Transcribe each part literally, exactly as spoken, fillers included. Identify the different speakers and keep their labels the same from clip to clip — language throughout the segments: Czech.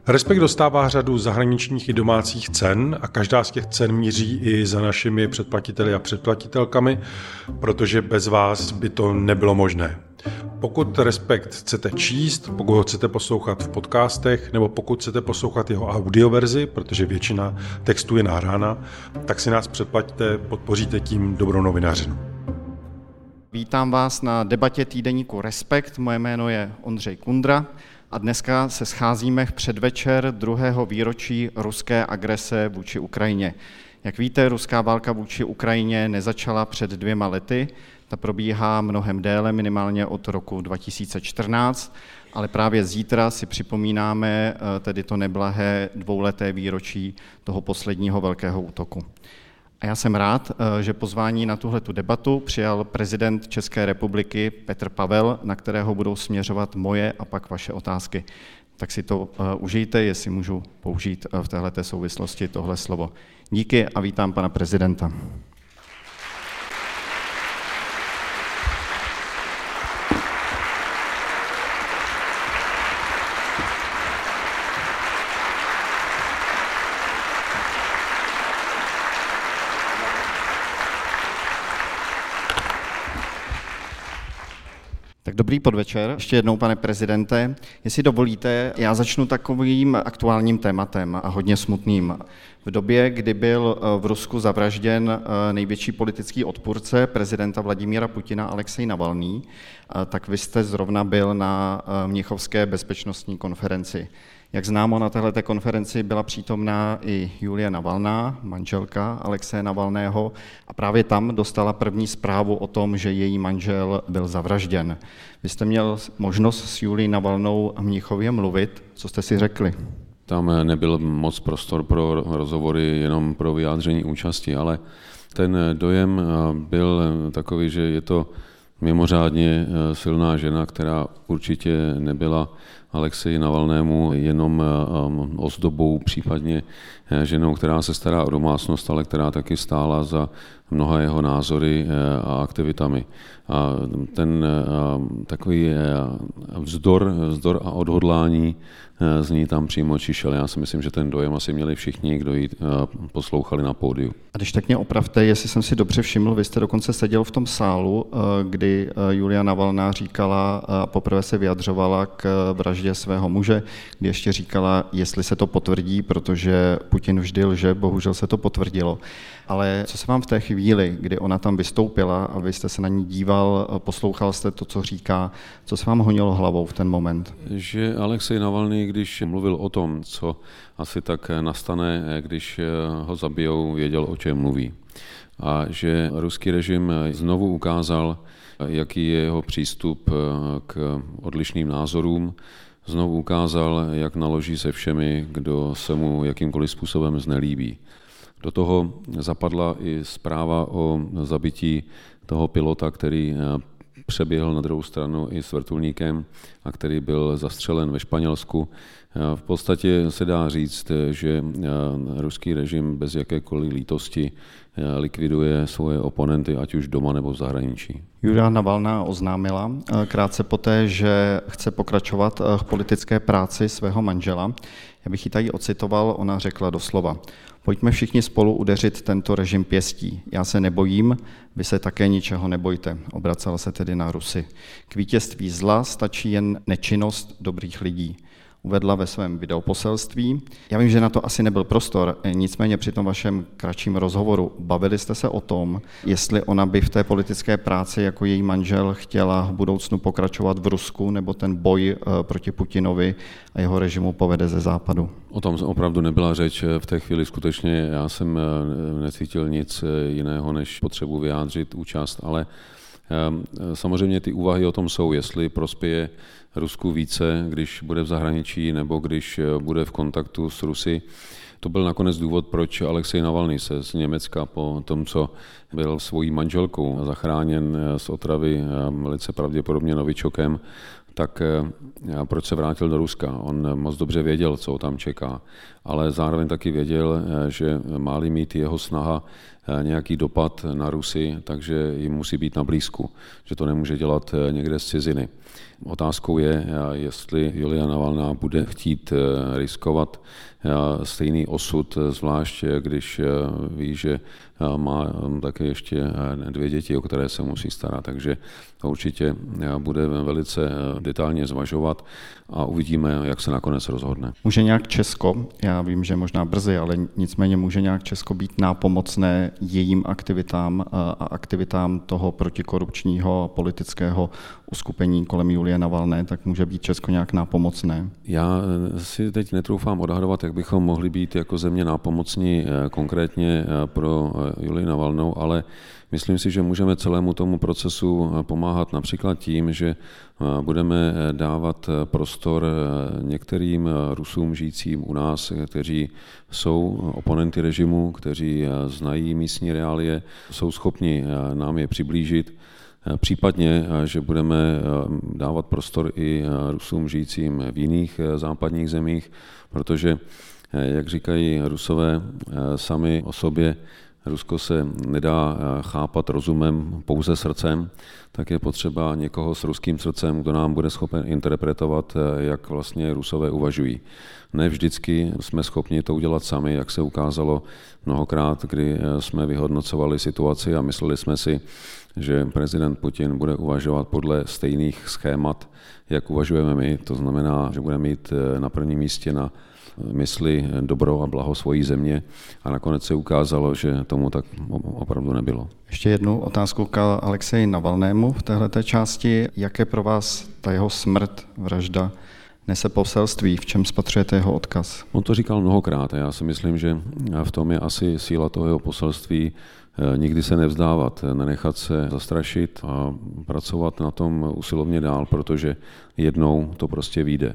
Speaker 1: Respekt dostává řadu zahraničních i domácích cen a každá z těch cen míří i za našimi předplatiteli a předplatitelkami, protože bez vás by to nebylo možné. Pokud Respekt chcete číst, pokud ho chcete poslouchat v podcastech, nebo pokud chcete poslouchat jeho audioverzi, protože většina textů je nahrána, tak si nás předplaťte, podpoříte tím dobrou novinařinu.
Speaker 2: Vítám vás na debatě týdeníku Respekt. Moje jméno je Ondřej Kundra a dneska se scházíme v předvečer druhého výročí ruské agrese vůči Ukrajině. Jak víte, ruská válka vůči Ukrajině nezačala před dvěma lety, ta probíhá mnohem déle, minimálně od roku dva tisíce čtrnáct, ale právě zítra si připomínáme tedy to neblahé dvouleté výročí toho posledního velkého útoku. A já jsem rád, že pozvání na tuhletu debatu přijal prezident České republiky Petr Pavel, na kterého budou směřovat moje a pak vaše otázky. Tak si to užijte, jestli můžu použít v téhleté souvislosti tohle slovo. Díky a vítám pana prezidenta. Tak dobrý podvečer. Ještě jednou, pane prezidente. Jestli dovolíte, já začnu takovým aktuálním tématem a hodně smutným. V době, kdy byl v Rusku zavražděn největší politický odpůrce prezidenta Vladimíra Putina Alexej Navalný, tak vy jste zrovna byl na Mnichovské bezpečnostní konferenci. Jak známo, na téhleté konferenci byla přítomná i Julia Navalná, manželka Alexeje Navalného, a právě tam dostala první zprávu o tom, že její manžel byl zavražděn. Vy jste měl možnost s Julií Navalnou v Mnichově mluvit. Co jste si řekli?
Speaker 3: Tam nebyl moc prostor pro rozhovory, jenom pro vyjádření účasti, ale ten dojem byl takový, že je to mimořádně silná žena, která určitě nebyla Alexeji Navalnému jenom ozdobou, případně ženou, která se stará o domácnost, ale která taky stála za mnoha jeho názory a aktivitami. A ten takový vzdor, vzdor a odhodlání z ní tam přímo čišel. Já si myslím, že ten dojem asi měli všichni, kdo ji poslouchali na pódiu. A
Speaker 2: když tak mě opravte, jestli jsem si dobře všiml, vy jste dokonce seděl v tom sálu, kdy Julia Navalná říkala a poprvé se vyjadřovala k vraždě svého muže, kdy ještě říkala, jestli se to potvrdí, protože Putin vždy lže, bohužel se to potvrdilo. Ale co se vám v té chvíli, kdy ona tam vystoupila a vy jste se na ní díval, poslouchal jste to, co říká, co se vám honilo hlavou v ten moment?
Speaker 3: Že Alexej Navalný, když mluvil o tom, co asi tak nastane, když ho zabijou, věděl, o čem mluví. A že ruský režim znovu ukázal, jaký je jeho přístup k odlišným názorům, znovu ukázal, jak naloží se všemi, kdo se mu jakýmkoliv způsobem znelíbí. Do toho zapadla i zpráva o zabití toho pilota, který přeběhl na druhou stranu i s vrtulníkem a který byl zastřelen ve Španělsku. V podstatě se dá říct, že ruský režim bez jakékoliv lítosti likviduje svoje oponenty, ať už doma nebo v zahraničí.
Speaker 2: Julia Navalná oznámila krátce poté, že chce pokračovat v politické práci svého manžela. Já bych ji tady ocitoval, ona řekla doslova: Pojďme všichni spolu udeřit tento režim pěstí. Já se nebojím, vy se také ničeho nebojte. Obracela se tedy na Rusy. K vítězství zla stačí jen nečinnost dobrých lidí. Uvedla ve svém videoposelství. Já vím, že na to asi nebyl prostor, nicméně při tom vašem kratším rozhovoru bavili jste se o tom, jestli ona by v té politické práci jako její manžel chtěla v budoucnu pokračovat v Rusku, nebo ten boj proti Putinovi a jeho režimu povede ze západu.
Speaker 3: O tom opravdu nebyla řeč. V té chvíli skutečně já jsem necítil nic jiného, než potřebu vyjádřit účast, ale samozřejmě ty úvahy o tom jsou, jestli prospěje Rusku více, když bude v zahraničí nebo když bude v kontaktu s Rusy. To byl nakonec důvod, proč Alexej Navalný se z Německa po tom, co byl svojí manželkou zachráněn z otravy velice pravděpodobně novičokem, tak proč se vrátil do Ruska? On moc dobře věděl, co ho tam čeká, ale zároveň taky věděl, že má-li mít jeho snaha nějaký dopad na Rusy, takže jim musí být na blízku, že to nemůže dělat někde z ciziny. Otázkou je, jestli Julia Navalná bude chtít riskovat stejný osud, zvlášť když ví, že má také ještě dvě děti, o které se musí starat, takže určitě bude velice detailně zvažovat a uvidíme, jak se nakonec rozhodne.
Speaker 2: Může nějak Česko, já vím, že možná brzy, ale nicméně může nějak Česko být nápomocné jejím aktivitám a aktivitám toho protikorupčního politického uskupení kolem Julie Navalné, tak může být Česko nějak nápomocné?
Speaker 3: Já si teď netroufám odhadovat, jak bychom mohli být jako země nápomocní konkrétně pro Julii Navalnou, ale myslím si, že můžeme celému tomu procesu pomáhat například tím, že budeme dávat prostor některým Rusům žijícím u nás, kteří jsou oponenty režimu, kteří znají místní reálie, jsou schopni nám je přiblížit. Případně, že budeme dávat prostor i Rusům žijícím v jiných západních zemích, protože, jak říkají Rusové sami o sobě, Rusko se nedá chápat rozumem, pouze srdcem, tak je potřeba někoho s ruským srdcem, kdo nám bude schopen interpretovat, jak vlastně Rusové uvažují. Ne vždycky jsme schopni to udělat sami, jak se ukázalo mnohokrát, kdy jsme vyhodnocovali situaci a mysleli jsme si, že prezident Putin bude uvažovat podle stejných schémat, jak uvažujeme my. To znamená, že bude mít na prvním místě na mysli dobro a blaho svojí země a nakonec se ukázalo, že tomu tak opravdu nebylo.
Speaker 2: Ještě jednu otázku k Alexeji Navalnému v téhleté části. Jaké pro vás ta jeho smrt, vražda, nese poselství? V čem spatřujete jeho odkaz?
Speaker 3: On to říkal mnohokrát a já si myslím, že v tom je asi síla toho jeho poselství. Nikdy se nevzdávat, nenechat se zastrašit a pracovat na tom usilovně dál, protože jednou to prostě vyjde.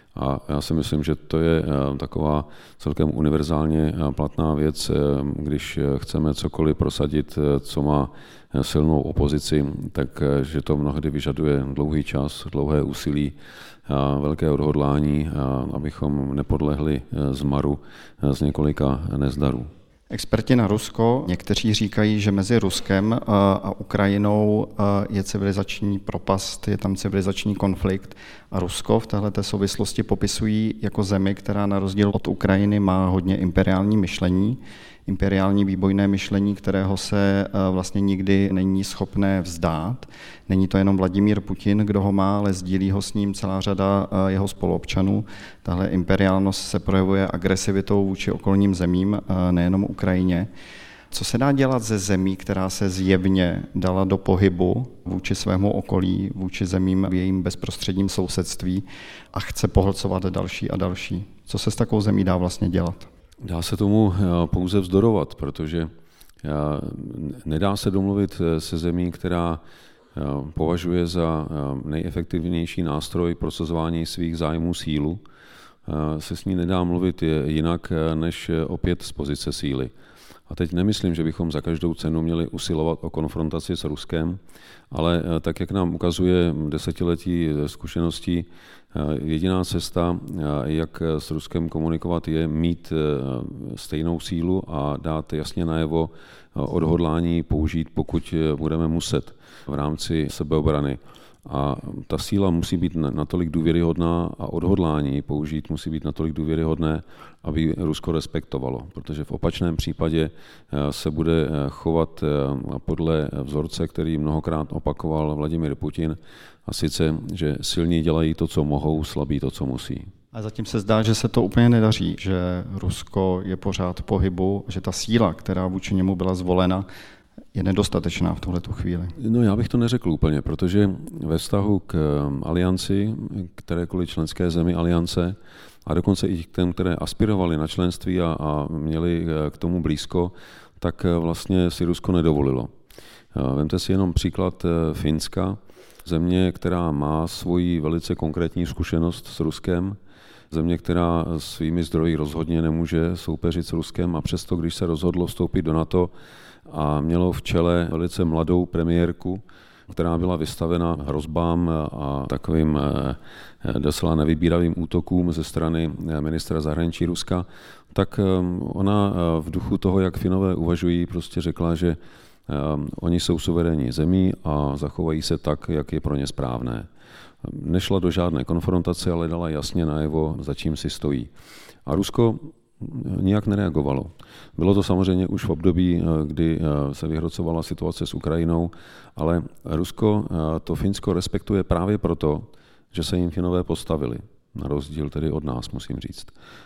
Speaker 3: A já si myslím, že to je taková celkem univerzálně platná věc, když chceme cokoliv prosadit, co má silnou opozici, takže to mnohdy vyžaduje dlouhý čas, dlouhé úsilí, velké odhodlání, abychom nepodlehli zmaru z několika nezdarů.
Speaker 2: Experti na Rusko, někteří říkají, že mezi Ruskem a Ukrajinou je civilizační propast, je tam civilizační konflikt a Rusko v téhleté souvislosti popisují jako zemi, která na rozdíl od Ukrajiny má hodně imperiální myšlení, imperiální výbojné myšlení, kterého se vlastně nikdy není schopné vzdát. Není to jenom Vladimír Putin, kdo ho má, ale sdílí ho s ním celá řada jeho spoluobčanů. Tahle imperiálnost se projevuje agresivitou vůči okolním zemím, nejenom Ukrajině. Co se dá dělat ze zemí, která se zjevně dala do pohybu vůči svému okolí, vůči zemím v jejím bezprostředním sousedství a chce pohlcovat další a další? Co se s takovou zemí dá vlastně dělat?
Speaker 3: Dá se tomu pouze vzdorovat, protože nedá se domluvit se zemí, která považuje za nejefektivnější nástroj prosazování svých zájmů sílu. Se s ní nedá mluvit jinak než opět z pozice síly. A teď nemyslím, že bychom za každou cenu měli usilovat o konfrontaci s Ruskem, ale tak, jak nám ukazuje desetiletí zkušeností, jediná cesta, jak s Ruskem komunikovat, je mít stejnou sílu a dát jasně najevo odhodlání použít, pokud budeme muset v rámci sebeobrany. A ta síla musí být natolik důvěryhodná a odhodlání použít musí být natolik důvěryhodné, aby Rusko respektovalo, protože v opačném případě se bude chovat podle vzorce, který mnohokrát opakoval Vladimír Putin, a sice, že silní dělají to, co mohou, slabí to, co musí.
Speaker 2: A zatím se zdá, že se to úplně nedaří, že Rusko je pořád v pohybu, že ta síla, která vůči němu byla zvolena, je nedostatečná v tuhletu chvíli.
Speaker 3: No, já bych to neřekl úplně, protože ve vztahu k alianci, kterékoliv členské zemi aliance, a dokonce i těm, které aspirovali na členství a, a měli k tomu blízko, tak vlastně si Rusko nedovolilo. Vemte si jenom příklad Finska, země, která má svoji velice konkrétní zkušenost s Ruskem, země, která svými zdroji rozhodně nemůže soupeřit s Ruskem a přesto, když se rozhodlo vstoupit do NATO a mělo v čele velice mladou premiérku, která byla vystavena hrozbám a takovým docela nevybíravým útokům ze strany ministra zahraničí Ruska, tak ona v duchu toho, jak Finové uvažují, prostě řekla, že oni jsou suverénní zemí a zachovají se tak, jak je pro ně správné. Nešla do žádné konfrontace, ale dala jasně najevo, za čím si stojí. A Rusko nijak nereagovalo. Bylo to samozřejmě už v období, kdy se vyhrocovala situace s Ukrajinou, ale Rusko to Finsko respektuje právě proto, že se jim Finové postavili. Na rozdíl tedy od nás, musím říct.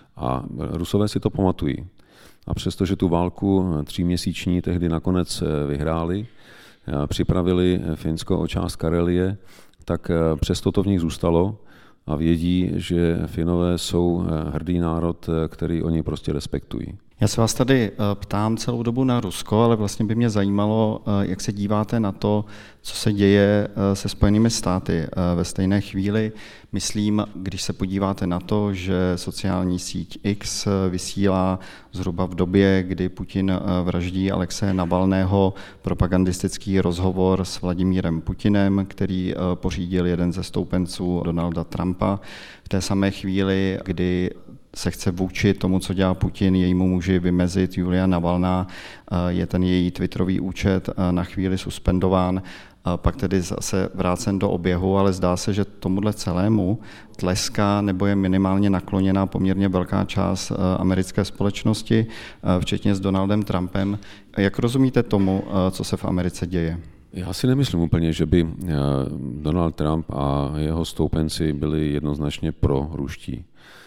Speaker 3: A Rusové si to pamatují. A přestože tu válku tříměsíční tehdy nakonec vyhráli, připravili Finsko o část Karelie, tak přesto to v nich zůstalo a vědí, že Finové jsou hrdý národ, který oni prostě respektují.
Speaker 2: Já se vás tady ptám celou dobu na Rusko, ale vlastně by mě zajímalo, jak se díváte na to, co se děje se Spojenými státy ve stejné chvíli. Myslím, když se podíváte na to, že sociální síť X vysílá zhruba v době, kdy Putin vraždí Alexeje Navalného, propagandistický rozhovor s Vladimírem Putinem, který pořídil jeden ze stoupenců Donalda Trumpa. V té samé chvíli, kdy se chce vůči tomu, co dělá Putin, jejímu muži vymezit Julia Navalná, je ten její twitterový účet na chvíli suspendován, pak tedy zase vrácen do oběhu, ale zdá se, že tomuhle celému tleská nebo je minimálně nakloněná poměrně velká část americké společnosti, včetně s Donaldem Trumpem. Jak rozumíte tomu, co se v Americe děje?
Speaker 3: Já si nemyslím úplně, že by Donald Trump a jeho stoupenci byli jednoznačně proruští.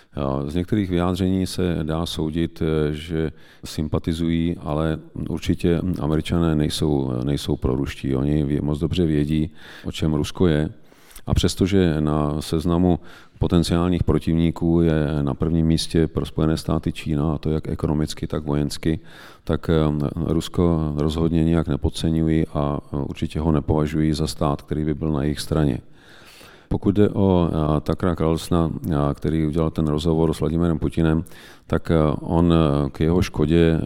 Speaker 3: Z některých vyjádření se dá soudit, že sympatizují, ale určitě Američané nejsou, nejsou proruští. Oni moc dobře vědí, o čem Rusko je. A přestože na seznamu potenciálních protivníků je na prvním místě pro Spojené státy Čína, a to jak ekonomicky, tak vojensky, tak Rusko rozhodně nijak nepodceňují a určitě ho nepovažují za stát, který by byl na jejich straně. Pokud jde o Tuckera Carlsona, který udělal ten rozhovor s Vladimirem Putinem, tak on k jeho škodě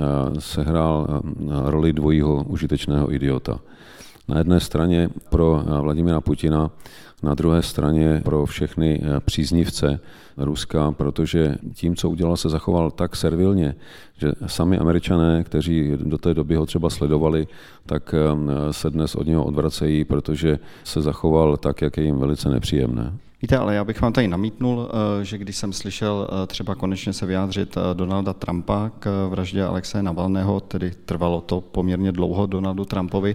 Speaker 3: sehrál roli dvojího užitečného idiota. Na jedné straně pro Vladimira Putina, na druhé straně pro všechny příznivce Ruska, protože tím, co udělal, se zachoval tak servilně, že sami Američané, kteří do té doby ho třeba sledovali, tak se dnes od něho odvracejí, protože se zachoval tak, jak je jim velice nepříjemné.
Speaker 2: Víte, ale já bych vám tady namítnul, že když jsem slyšel třeba konečně se vyjádřit Donalda Trumpa k vraždě Alexeje Navalného, tedy trvalo to poměrně dlouho Donaldu Trumpovi,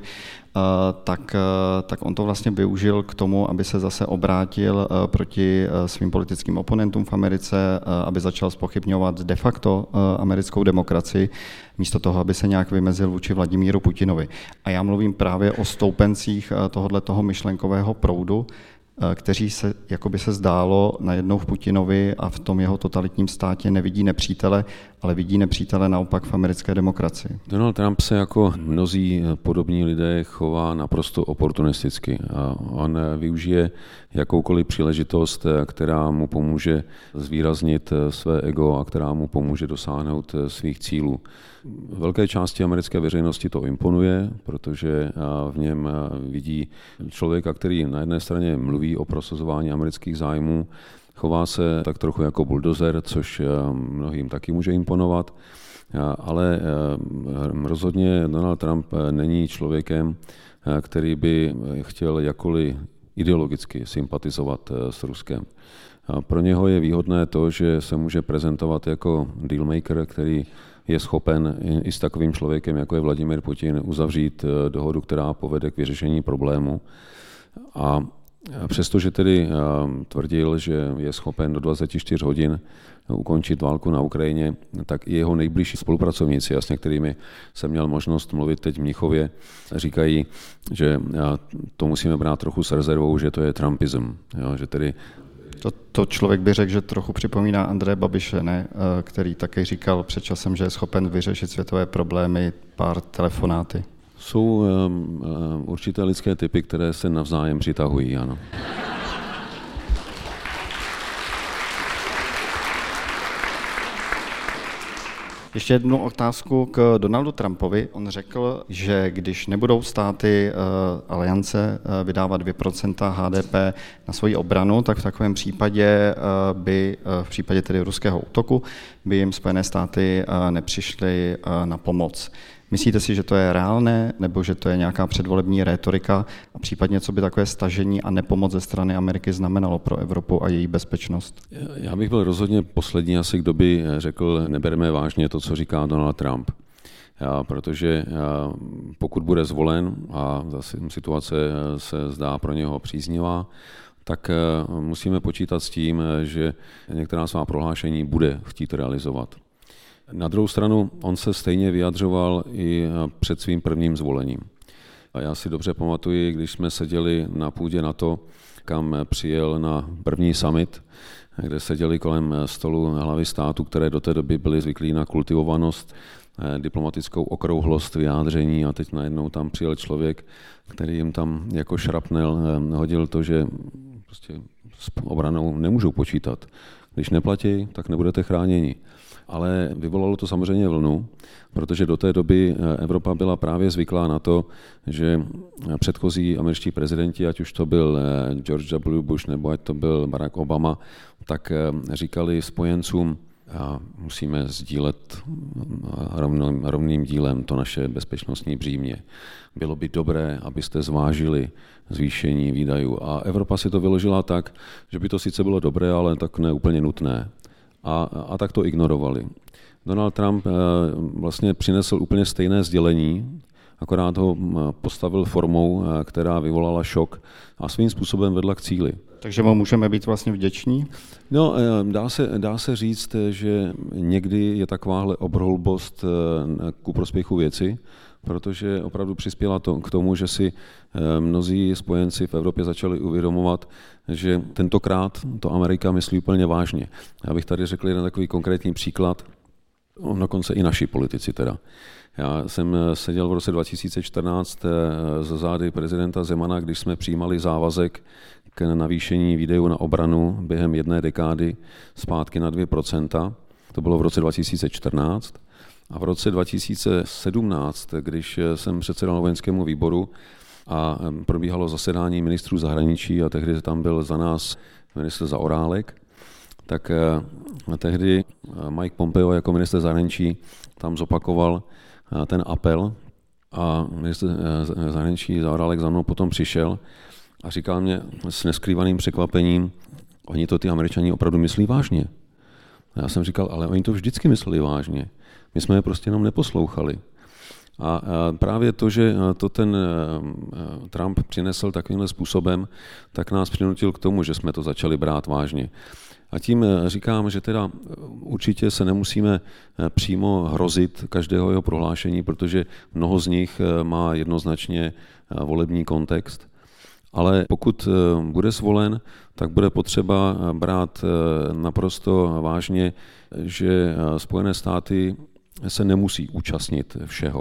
Speaker 2: tak, tak on to vlastně využil k tomu, aby se zase obrátil proti svým politickým oponentům v Americe, aby začal zpochybňovat de facto americkou demokracii, místo toho, aby se nějak vymezil vůči Vladimíru Putinovi. A já mluvím právě o stoupencích tohoto myšlenkového proudu, kteří se, jako by se zdálo, najednou v Putinovi a v tom jeho totalitním státě nevidí nepřítele, ale vidí nepřítele naopak v americké demokracii.
Speaker 3: Donald Trump se jako mnozí podobní lidé chová naprosto oportunisticky. On využije jakoukoliv příležitost, která mu pomůže zvýraznit své ego a která mu pomůže dosáhnout svých cílů. Velké části americké veřejnosti to imponuje, protože v něm vidí člověka, který na jedné straně mluví o prosazování amerických zájmů, chová se tak trochu jako buldozer, což mnohým taky může imponovat, ale rozhodně Donald Trump není člověkem, který by chtěl jakkoliv ideologicky sympatizovat s Ruskem. Pro něho je výhodné to, že se může prezentovat jako dealmaker, který je schopen i s takovým člověkem, jako je Vladimír Putin, uzavřít dohodu, která povede k vyřešení problému. A přestože tedy tvrdil, že je schopen do dvacet čtyři hodin ukončit válku na Ukrajině, tak i jeho nejbližší spolupracovníci, a s některými jsem měl možnost mluvit teď v Mnichově, říkají, že to musíme brát trochu s rezervou, že to je trumpism, jo, že tedy
Speaker 2: To, to člověk by řekl, že trochu připomíná Andreje Babiše, ne? Který taky říkal před časem, že je schopen vyřešit světové problémy pár telefonáty.
Speaker 3: Jsou um, um, určité lidské typy, které se navzájem přitahují, ano.
Speaker 2: Ještě jednu otázku k Donaldu Trumpovi. On řekl, že když nebudou státy uh, aliance uh, vydávat dvě procenta H D P na svoji obranu, tak v takovém případě uh, by, uh, v případě tedy ruského útoku, by jim Spojené státy uh, nepřišly uh, na pomoc. Myslíte si, že to je reálné, nebo že to je nějaká předvolební rétorika a případně co by takové stažení a nepomoc ze strany Ameriky znamenalo pro Evropu a její bezpečnost?
Speaker 3: Já bych byl rozhodně poslední asi, kdo by řekl, nebereme vážně to, co říká Donald Trump. Já, protože já, pokud bude zvolen a zase situace se zdá pro něho příznivá, tak musíme počítat s tím, že některá svá prohlášení bude chtít realizovat. Na druhou stranu, on se stejně vyjadřoval i před svým prvním zvolením. A já si dobře pamatuji, když jsme seděli na půdě NATO, kam přijel na první summit, kde seděli kolem stolu hlavy státu, které do té doby byly zvyklí na kultivovanost, diplomatickou okrouhlost vyjádření a teď najednou tam přijel člověk, který jim tam jako šrapnel hodil to, že prostě s obranou nemůžou počítat. Když neplatí, tak nebudete chráněni. Ale vyvolalo to samozřejmě vlnu, protože do té doby Evropa byla právě zvyklá na to, že předchozí američtí prezidenti, ať už to byl George W. Bush nebo ať to byl Barack Obama, tak říkali spojencům, a musíme sdílet rovným, rovným dílem to naše bezpečnostní břímě. Bylo by dobré, abyste zvážili zvýšení výdajů. A Evropa si to vyložila tak, že by to sice bylo dobré, ale tak ne úplně nutné. A, a tak to ignorovali. Donald Trump vlastně přinesl úplně stejné sdělení, akorát ho postavil formou, která vyvolala šok a svým způsobem vedla k cíli.
Speaker 2: Takže mu můžeme být vlastně vděční?
Speaker 3: No, dá se, dá se říct, že někdy je takováhle obroubost ku prospěchu věci, protože opravdu přispěla to k tomu, že si mnozí spojenci v Evropě začali uvědomovat, že tentokrát to Amerika myslí úplně vážně. Já bych tady řekl jeden takový konkrétní příklad, dokonce i naši politici teda. Já jsem seděl v roce dva tisíce čtrnáct za zády prezidenta Zemana, když jsme přijímali závazek k navýšení výdajů na obranu během jedné dekády zpátky na dvě procenta. To bylo v roce dva tisíce čtrnáct. A v roce dva tisíce sedmnáct, když jsem předsedal vojenskému výboru a probíhalo zasedání ministrů zahraničí a tehdy tam byl za nás ministr Zaorálek, tak tehdy Mike Pompeo jako ministr zahraničí tam zopakoval ten apel a ministr zahraničí Zaorálek za mnou potom přišel a říkal mě s neskrývaným překvapením, oni to ty Američani opravdu myslí vážně. A já jsem říkal, ale oni to vždycky mysleli vážně. My jsme je prostě jenom neposlouchali. A právě to, že to ten Trump přinesl takovýmhle způsobem, tak nás přinutil k tomu, že jsme to začali brát vážně. A tím říkám, že teda určitě se nemusíme přímo hrozit každého jeho prohlášení, protože mnoho z nich má jednoznačně volební kontext. Ale pokud bude zvolen, tak bude potřeba brát naprosto vážně, že Spojené státy se nemusí účastnit všeho.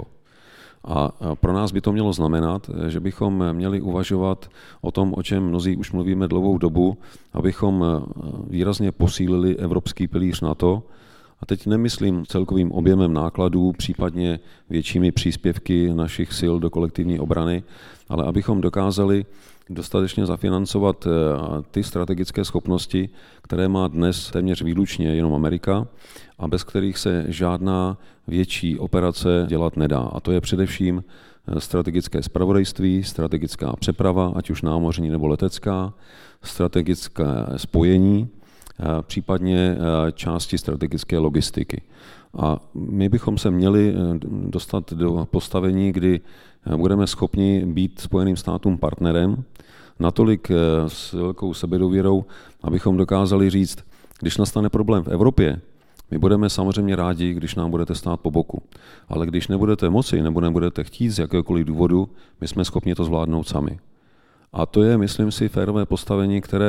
Speaker 3: A pro nás by to mělo znamenat, že bychom měli uvažovat o tom, o čem mnozí už mluvíme dlouhou dobu, abychom výrazně posílili evropský pilíř NATO. A teď nemyslím celkovým objemem nákladů, případně většími příspěvky našich sil do kolektivní obrany, ale abychom dokázali dostatečně zafinancovat ty strategické schopnosti, které má dnes téměř výlučně jenom Amerika a bez kterých se žádná větší operace dělat nedá. A to je především strategické zpravodajství, strategická přeprava, ať už námořní nebo letecká, strategické spojení, případně části strategické logistiky. A my bychom se měli dostat do postavení, kdy budeme schopni být Spojeným státům partnerem, natolik s velkou sebedůvěrou, abychom dokázali říct, když nastane problém v Evropě, my budeme samozřejmě rádi, když nám budete stát po boku. Ale když nebudete moci nebo nebudete chtít z jakéhokoliv důvodu, my jsme schopni to zvládnout sami. A to je, myslím si, férové postavení, které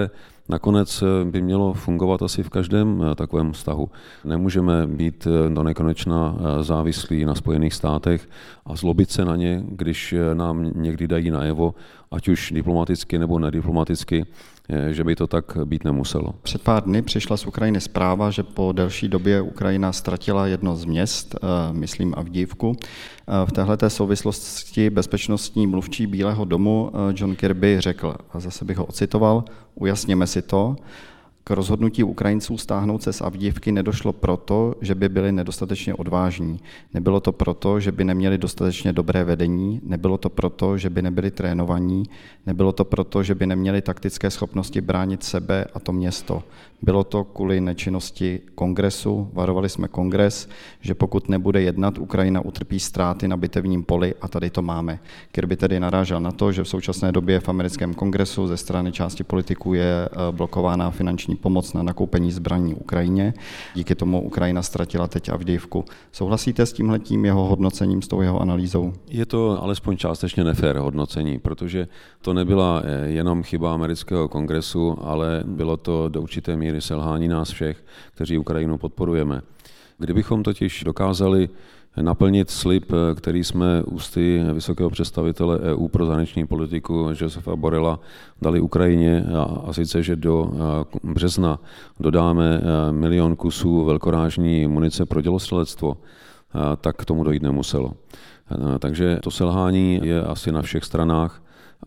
Speaker 3: nakonec by mělo fungovat asi v každém takovém vztahu. Nemůžeme být do nekonečna závislí na Spojených státech a zlobit se na ně, když nám někdy dají najevo, ať už diplomaticky nebo nediplomaticky, že by to tak být nemuselo.
Speaker 2: Před pár dny přišla z Ukrajiny zpráva, že po delší době Ukrajina ztratila jedno z měst, myslím Avdijivku. V téhleté souvislosti bezpečnostní mluvčí Bílého domu John Kirby řekl, a zase bych ho ocitoval, ujasněme si to, k rozhodnutí Ukrajinců stáhnout se z Avdijivky nedošlo proto, že by byli nedostatečně odvážní. Nebylo to proto, že by neměli dostatečně dobré vedení, nebylo to proto, že by nebyli trénovaní, nebylo to proto, že by neměli taktické schopnosti bránit sebe a to město. Bylo to kvůli nečinnosti kongresu, varovali jsme kongres, že pokud nebude jednat, Ukrajina utrpí ztráty na bitevním poli a tady to máme. Kirby tedy narážel na to, že v současné době v americkém kongresu ze strany části politiků je blokována finanční pomoc na nakoupení zbraní Ukrajině. Díky tomu Ukrajina ztratila teď Avdijivku. Souhlasíte s tímhletím jeho hodnocením, s tou jeho analýzou?
Speaker 3: Je to alespoň částečně nefér hodnocení, protože to nebyla jenom chyba amerického kongresu, ale bylo to do určité míry selhání nás všech, kteří Ukrajinu podporujeme. Kdybychom totiž dokázali naplnit slib, který jsme ústy vysokého představitele E U pro zahraniční politiku Josefa Borrella dali Ukrajině, a, a sice, že do března dodáme milion kusů velkorážní munice pro dělostřelectvo, tak k tomu dojít nemuselo. Takže to selhání je asi na všech stranách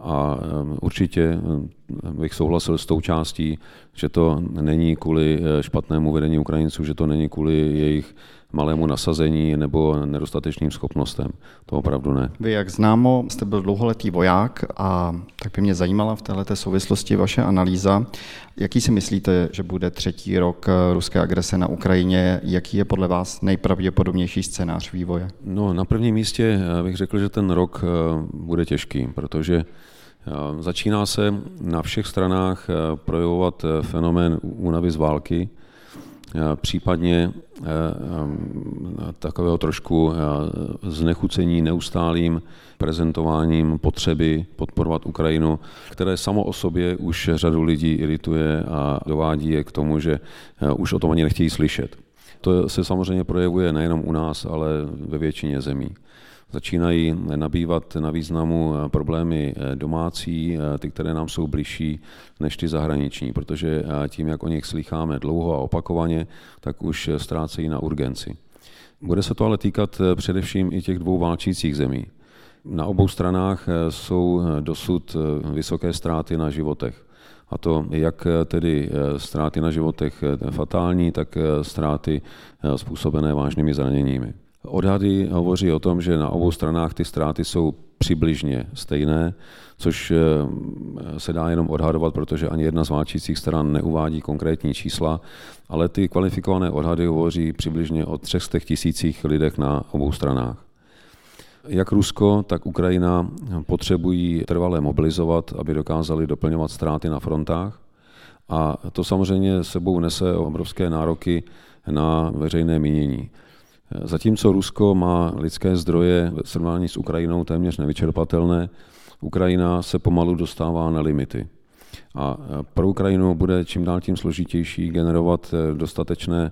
Speaker 3: a určitě bych souhlasil s tou částí, že to není kvůli špatnému vedení Ukrajinců, že to není kvůli jejich malému nasazení nebo nedostatečným schopnostem. To opravdu ne.
Speaker 2: Vy, jak známo, jste byl dlouholetý voják a tak by mě zajímala v této souvislosti vaše analýza. Jaký si myslíte, že bude třetí rok ruské agrese na Ukrajině? Jaký je podle vás nejpravděpodobnější scénář vývoje?
Speaker 3: No, na prvním místě bych řekl, že ten rok bude těžký, protože začíná se na všech stranách projevovat fenomén únavy z války, případně takového trošku znechucení neustálým prezentováním potřeby podporovat Ukrajinu, které samo o sobě už řadu lidí irituje a dovádí je k tomu, že už o tom ani nechtějí slyšet. To se samozřejmě projevuje nejenom u nás, ale ve většině zemí. Začínají nabývat na významu problémy domácí, ty, které nám jsou bližší než ty zahraniční, protože tím, jak o nich slýcháme dlouho a opakovaně, tak už ztrácejí na urgenci. Bude se to ale týkat především i těch dvou válčících zemí. Na obou stranách jsou dosud vysoké ztráty na životech. A to jak tedy ztráty na životech fatální, tak ztráty způsobené vážnými zraněními. Odhady hovoří o tom, že na obou stranách ty ztráty jsou přibližně stejné, což se dá jenom odhadovat, protože ani jedna z válčících stran neuvádí konkrétní čísla, ale ty kvalifikované odhady hovoří přibližně o třech stech tisících lidech na obou stranách. Jak Rusko, tak Ukrajina potřebují trvale mobilizovat, aby dokázali doplňovat ztráty na frontách, a to samozřejmě sebou nese obrovské nároky na veřejné mínění. Zatímco Rusko má lidské zdroje v srovnání s Ukrajinou téměř nevyčerpatelné, Ukrajina se pomalu dostává na limity. A pro Ukrajinu bude čím dál tím složitější generovat dostatečné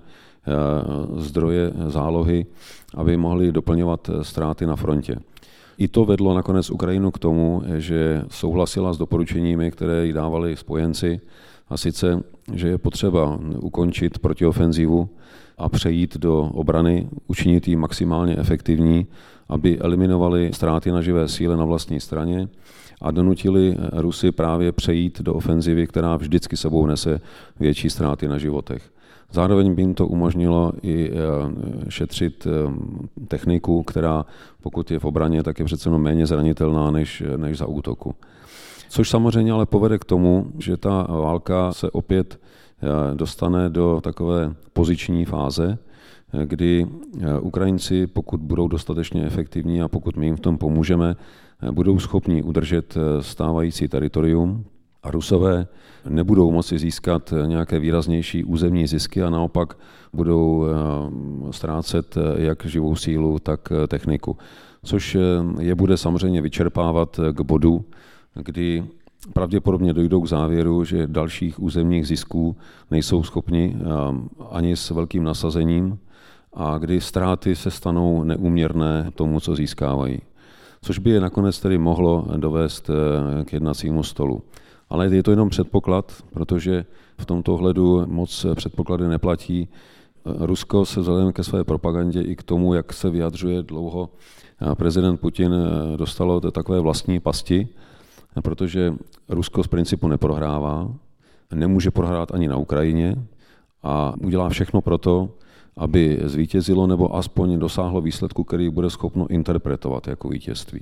Speaker 3: zdroje, zálohy, aby mohli doplňovat ztráty na frontě. I to vedlo nakonec Ukrajinu k tomu, že souhlasila s doporučeními, které jí dávali spojenci, a sice, že je potřeba ukončit protiofenzivu a přejít do obrany, učinit ji maximálně efektivní, aby eliminovali ztráty na živé síle na vlastní straně a donutili Rusy právě přejít do ofenzivy, která vždycky sebou nese větší ztráty na životech. Zároveň by jim to umožnilo i šetřit techniku, která pokud je v obraně, tak je přece jenom méně zranitelná než, než za útoku. Což samozřejmě ale povede k tomu, že ta válka se opět dostane do takové poziční fáze, kdy Ukrajinci, pokud budou dostatečně efektivní a pokud my jim v tom pomůžeme, budou schopni udržet stávající teritorium a Rusové nebudou moci získat nějaké výraznější územní zisky a naopak budou ztrácet jak živou sílu, tak techniku. Což je bude samozřejmě vyčerpávat k bodu, kdy pravděpodobně dojdou k závěru, že dalších územních zisků nejsou schopni ani s velkým nasazením a kdy ztráty se stanou neúměrné tomu, co získávají. Což by je nakonec tedy mohlo dovést k jednacímu stolu. Ale je to jenom předpoklad, protože v tomto ohledu moc předpoklady neplatí. Rusko se vzhledem ke své propagandě i k tomu, jak se vyjadřuje dlouho prezident Putin, dostalo do takové vlastní pasti, protože Rusko z principu neprohrává, nemůže prohrát ani na Ukrajině a udělá všechno proto, aby zvítězilo nebo aspoň dosáhlo výsledku, který bude schopno interpretovat jako vítězství.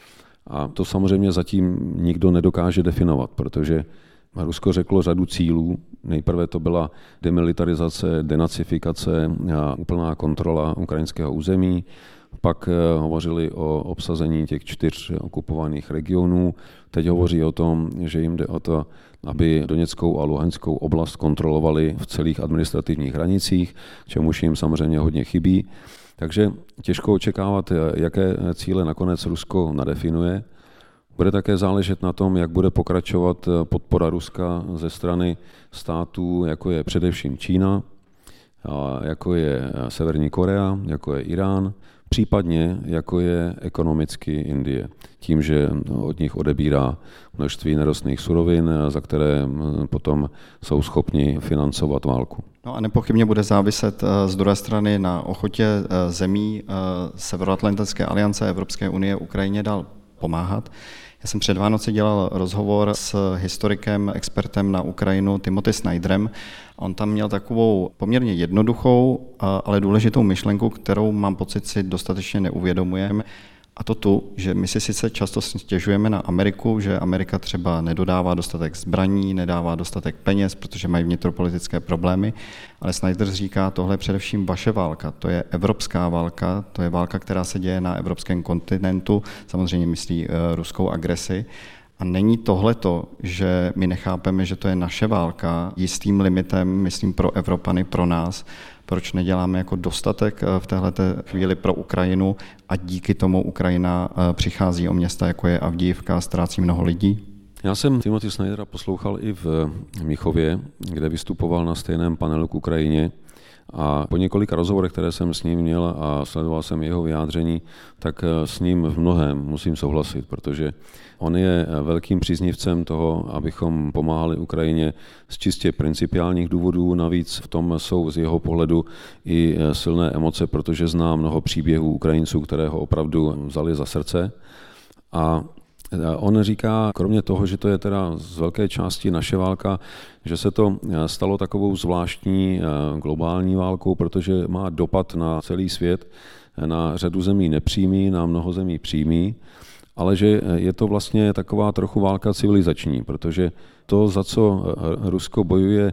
Speaker 3: A to samozřejmě zatím nikdo nedokáže definovat, protože Rusko řeklo řadu cílů. Nejprve to byla demilitarizace, denacifikace a úplná kontrola ukrajinského území. Pak hovořili o obsazení těch čtyř okupovaných regionů. Teď hovoří o tom, že jim jde o to, aby Doněckou a Luhanskou oblast kontrolovali v celých administrativních hranicích, čemuž jim samozřejmě hodně chybí. Takže těžko očekávat, jaké cíle nakonec Rusko nadefinuje. Bude také záležet na tom, jak bude pokračovat podpora Ruska ze strany států, jako je především Čína, jako je Severní Korea, jako je Irán, případně jako je ekonomicky Indie. Tím, že od nich odebírá množství nerostných surovin, za které potom jsou schopni financovat válku.
Speaker 2: No a nepochybně bude záviset z druhé strany na ochotě zemí Severoatlantické aliance Evropské unie Ukrajině dál pomáhat. Já jsem před Vánoci dělal rozhovor s historikem, expertem na Ukrajinu Timothy Snyderem. On tam měl takovou poměrně jednoduchou, ale důležitou myšlenku, kterou mám pocit si dostatečně neuvědomujeme. A to tu, že my si sice často stěžujeme na Ameriku, že Amerika třeba nedodává dostatek zbraní, nedává dostatek peněz, protože mají vnitropolitické problémy, ale Snyder říká, tohle je především vaše válka, to je evropská válka, to je válka, která se děje na evropském kontinentu, samozřejmě myslí ruskou agresi. A není tohleto, že my nechápeme, že to je naše válka, jistým limitem, myslím, pro Evropany, pro nás, proč neděláme jako dostatek v téhleté chvíli pro Ukrajinu a díky tomu Ukrajina přichází o města, jako je Avdijivka, ztrácí mnoho lidí?
Speaker 3: Já jsem Timothy Snydera poslouchal i v Mnichově, kde vystupoval na stejném panelu k Ukrajině. A po několika rozhovorech, které jsem s ním měl a sledoval jsem jeho vyjádření, tak s ním v mnohém musím souhlasit, protože on je velkým příznivcem toho, abychom pomáhali Ukrajině z čistě principiálních důvodů. Navíc v tom jsou z jeho pohledu i silné emoce, protože zná mnoho příběhů Ukrajinců, které ho opravdu vzali za srdce. A on říká, kromě toho, že to je teda z velké části naše válka, že se to stalo takovou zvláštní globální válkou, protože má dopad na celý svět, na řadu zemí nepřímý, na mnoho zemí přímý, ale že je to vlastně taková trochu válka civilizační, protože to, za co Rusko bojuje,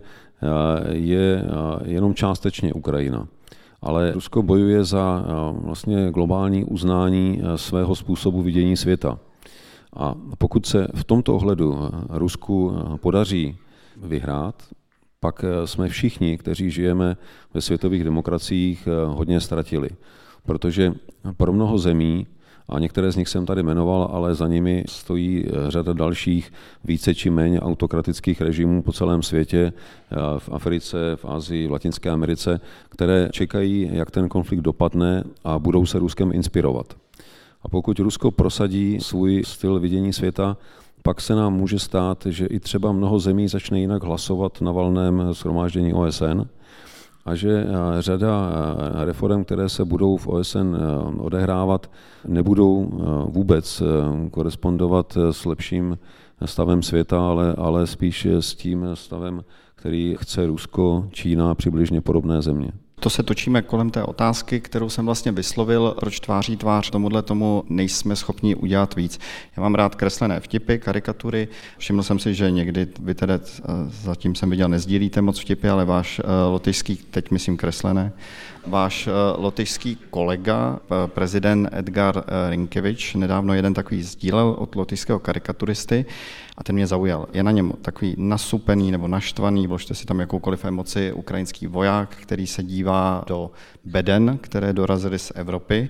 Speaker 3: je jenom částečně Ukrajina. Ale Rusko bojuje za vlastně globální uznání svého způsobu vidění světa. A pokud se v tomto ohledu Rusku podaří vyhrát, pak jsme všichni, kteří žijeme ve světových demokraciích, hodně ztratili. Protože pro mnoho zemí, a některé z nich jsem tady jmenoval, ale za nimi stojí řada dalších více či méně autokratických režimů po celém světě, v Africe, v Asii, v Latinské Americe, které čekají, jak ten konflikt dopadne a budou se Ruskem inspirovat. A pokud Rusko prosadí svůj styl vidění světa, pak se nám může stát, že i třeba mnoho zemí začne jinak hlasovat na valném shromáždění O S N a že řada reform, které se budou v O S N odehrávat, nebudou vůbec korespondovat s lepším stavem světa, ale, ale spíš s tím stavem, který chce Rusko, Čína, přibližně podobné země.
Speaker 2: To se točíme kolem té otázky, kterou jsem vlastně vyslovil, proč tváří tvář tomuhle tomu nejsme schopni udělat víc. Já mám rád kreslené vtipy, karikatury. Všiml jsem si, že někdy vy tedy, zatím jsem viděl, nezdílíte moc vtipy, ale váš lotyšský, teď myslím kreslené, váš lotyšský kolega, prezident Edgar Rinkevič, nedávno jeden takový sdílel od lotyšského karikaturisty a ten mě zaujal. Je na něm takový nasupený nebo naštvaný, vložte si tam jakoukoliv emoci, ukrajinský voják, který se dívá do beden, které dorazily z Evropy.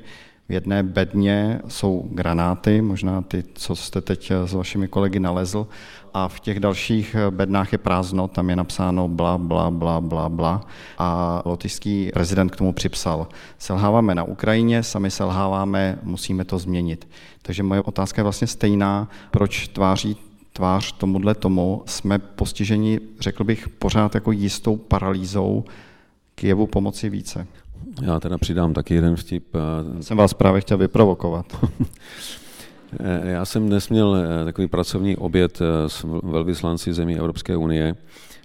Speaker 2: V jedné bedně jsou granáty, možná ty, co jste teď s vašimi kolegy nalezl, a v těch dalších bednách je prázdno, tam je napsáno bla, bla, bla, bla, bla. A lotyšský prezident k tomu připsal: selháváme na Ukrajině, sami selháváme, musíme to změnit. Takže moje otázka je vlastně stejná, proč tváří tvář tomuhle tomu jsme postiženi, řekl bych, pořád jako jistou paralýzou Kyjevu pomoci více.
Speaker 3: Já teda přidám taky jeden vtip.
Speaker 2: Jsem vás právě chtěl vyprovokovat.
Speaker 3: Já jsem dnes měl takový pracovní oběd s velvyslanci zemí Evropské unie,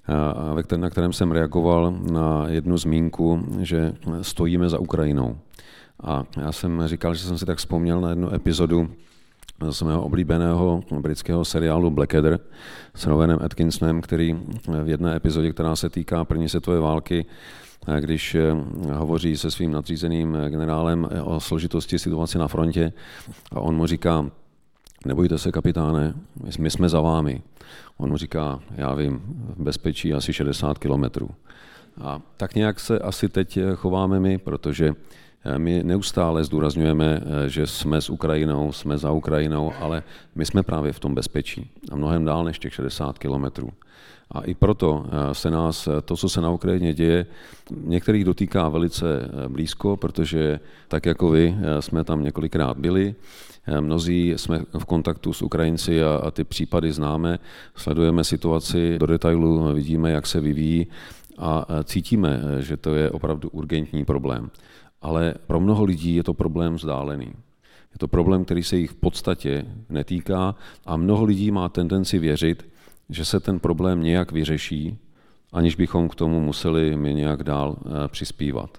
Speaker 3: na kterém jsem reagoval na jednu zmínku, že stojíme za Ukrajinou. A já jsem říkal, že jsem si tak vzpomněl na jednu epizodu z mého oblíbeného britského seriálu Blackadder s Rowanem Atkinsonem, který v jedné epizodě, která se týká první světové války, když hovoří se svým nadřízeným generálem o složitosti situace na frontě a on mu říká: nebojte se, kapitáne, my jsme za vámi. On mu říká: já vím, v bezpečí asi šedesát kilometrů. A tak nějak se asi teď chováme my, protože my neustále zdůrazňujeme, že jsme s Ukrajinou, jsme za Ukrajinou, ale my jsme právě v tom bezpečí a mnohem dál než těch šedesát kilometrů. A i proto se nás to, co se na Ukrajině děje, některých dotýká velice blízko, protože tak jako vy jsme tam několikrát byli, mnozí jsme v kontaktu s Ukrajinci a, a ty případy známe, sledujeme situaci do detailu, vidíme, jak se vyvíjí a cítíme, že to je opravdu urgentní problém. Ale pro mnoho lidí je to problém vzdálený. Je to problém, který se jich v podstatě netýká a mnoho lidí má tendenci věřit, že se ten problém nějak vyřeší, aniž bychom k tomu museli my nějak dál přispívat.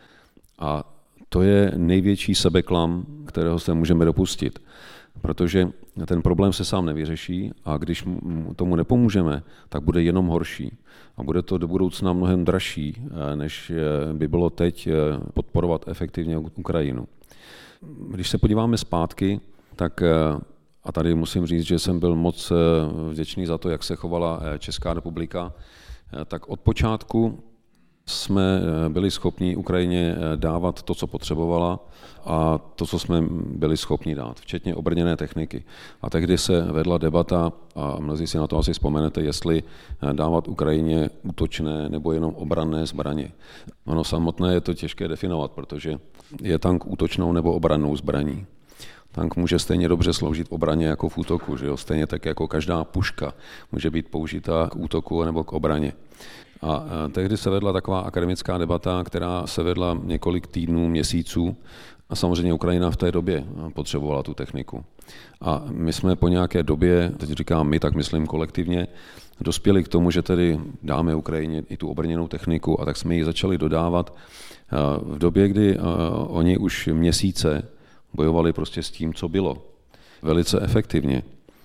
Speaker 3: A to je největší sebeklam, kterého se můžeme dopustit, protože ten problém se sám nevyřeší a když tomu nepomůžeme, tak bude jenom horší. A bude to do budoucna mnohem dražší, než by bylo teď podporovat efektivně Ukrajinu. Když se podíváme zpátky, tak a tady musím říct, že jsem byl moc vděčný za to, jak se chovala Česká republika, tak od počátku jsme byli schopni Ukrajině dávat to, co potřebovala a to, co jsme byli schopni dát, včetně obrněné techniky. A tehdy se vedla debata, a mnozí si na to asi vzpomenete, jestli dávat Ukrajině útočné nebo jenom obranné zbraně. Ono samotné je to těžké definovat, protože je tank útočnou nebo obrannou zbraní. Tank může stejně dobře sloužit v obraně jako v útoku, že jo? Stejně tak jako každá puška může být použita k útoku nebo k obraně. A tehdy se vedla taková akademická debata, která se vedla několik týdnů, měsíců a samozřejmě Ukrajina v té době potřebovala tu techniku. A my jsme po nějaké době, teď říkám my, tak myslím kolektivně, dospěli k tomu, že tedy dáme Ukrajině i tu obrněnou techniku a tak jsme ji začali dodávat v době, kdy oni už měsíce bojovali prostě s tím, co bylo. Velice efektivně.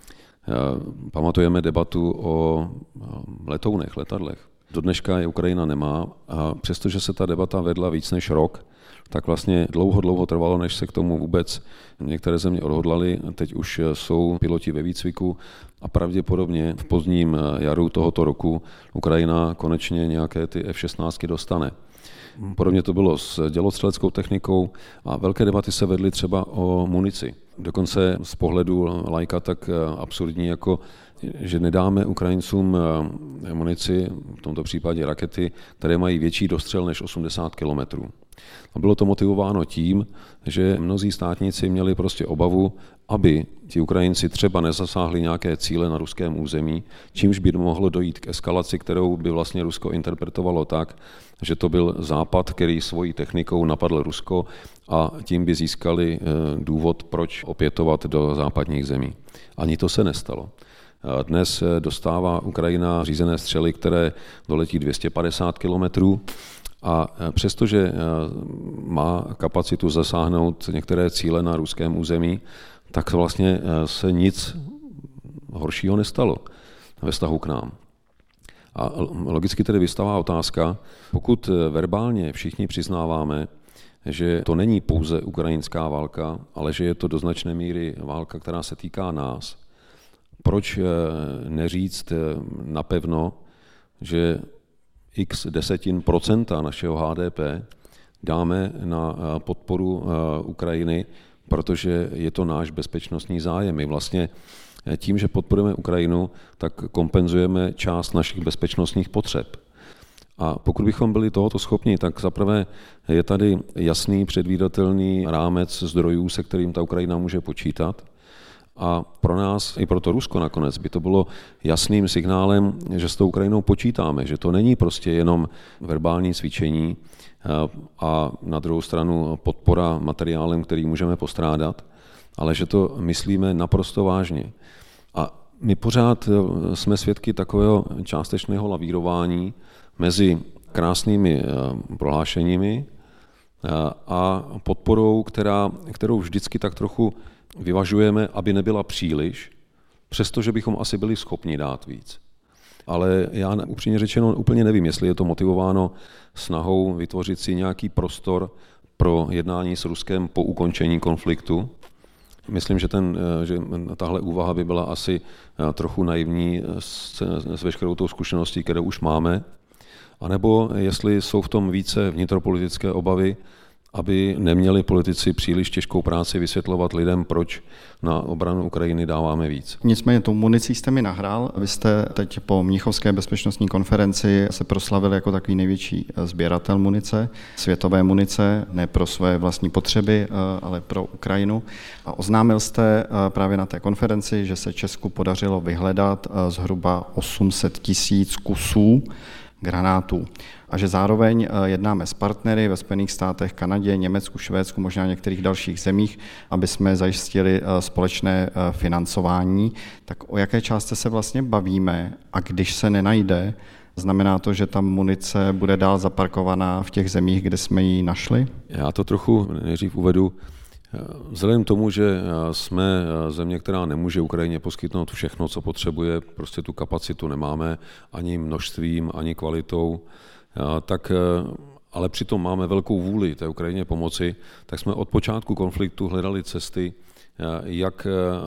Speaker 3: Pamatujeme debatu o letounech, letadlech. Do dneška je Ukrajina nemá a přestože se ta debata vedla víc než rok, tak vlastně dlouho, dlouho trvalo, než se k tomu vůbec některé země odhodlaly. Teď už jsou piloti ve výcviku a pravděpodobně v pozdním jaru tohoto roku Ukrajina konečně nějaké ty F šestnáct dostane. Podobně to bylo s dělostřeleckou technikou a velké debaty se vedly třeba o munici. Dokonce z pohledu laika tak absurdní, jako že nedáme Ukrajincům munici, v tomto případě rakety, které mají větší dostřel než osmdesát kilometrů. A bylo to motivováno tím, že mnozí státníci měli prostě obavu, aby ti Ukrajinci třeba nezasáhli nějaké cíle na ruském území, čímž by mohlo dojít k eskalaci, kterou by vlastně Rusko interpretovalo tak, že to byl Západ, který svojí technikou napadl Rusko a tím by získali důvod, proč opětovat do západních zemí. Ani to se nestalo. Dnes dostává Ukrajina řízené střely, které doletí dvě stě padesát kilometrů a přestože má kapacitu zasáhnout některé cíle na ruském území, tak vlastně se nic horšího nestalo ve vztahu k nám. A logicky tedy vystává otázka, pokud verbálně všichni přiznáváme, že to není pouze ukrajinská válka, ale že je to do značné míry válka, která se týká nás, proč neříct napevno, že x desetin procenta našeho H D P dáme na podporu Ukrajiny, protože je to náš bezpečnostní zájem. My vlastně tím, že podporujeme Ukrajinu, tak kompenzujeme část našich bezpečnostních potřeb. A pokud bychom byli tohoto schopni, tak zaprvé je tady jasný, předvídatelný rámec zdrojů, se kterým ta Ukrajina může počítat. A pro nás, i pro to Rusko nakonec, by to bylo jasným signálem, že s tou Ukrajinou počítáme, že to není prostě jenom verbální cvičení a na druhou stranu podpora materiálem, který můžeme postrádat, ale že to myslíme naprosto vážně. A my pořád jsme svědky takového částečného lavírování mezi krásnými prohlášeními a podporou, která, kterou vždycky tak trochu vyvažujeme, aby nebyla příliš, přestože bychom asi byli schopni dát víc. Ale já upřímně řečeno úplně nevím, jestli je to motivováno snahou vytvořit si nějaký prostor pro jednání s Ruskem po ukončení konfliktu. Myslím, že, ten, že tahle úvaha by byla asi trochu naivní s, s veškerou tou zkušeností, kterou už máme. A nebo jestli jsou v tom více vnitropolitické obavy, aby neměli politici příliš těžkou práci vysvětlovat lidem, proč na obranu Ukrajiny dáváme víc.
Speaker 2: Nicméně tou municí jste mi nahrál. Vy jste teď po Mnichovské bezpečnostní konferenci se proslavil jako takový největší sběratel munice, světové munice, ne pro své vlastní potřeby, ale pro Ukrajinu. A oznámil jste právě na té konferenci, že se Česku podařilo vyhledat zhruba osm set tisíc kusů granátů. A že zároveň jednáme s partnery ve Spojených státech, Kanadě, Německu, Švédsku, možná některých dalších zemích, aby jsme zajistili společné financování. Tak o jaké částce se vlastně bavíme a když se nenajde, znamená to, že ta munice bude dál zaparkovaná v těch zemích, kde jsme ji našli?
Speaker 3: Já to trochu nejdřív uvedu. Vzhledem k tomu, že jsme země, která nemůže Ukrajině poskytnout všechno, co potřebuje, prostě tu kapacitu nemáme ani množstvím, ani kvalitou, tak, ale přitom máme velkou vůli té Ukrajině pomoci, tak jsme od počátku konfliktu hledali cesty, jak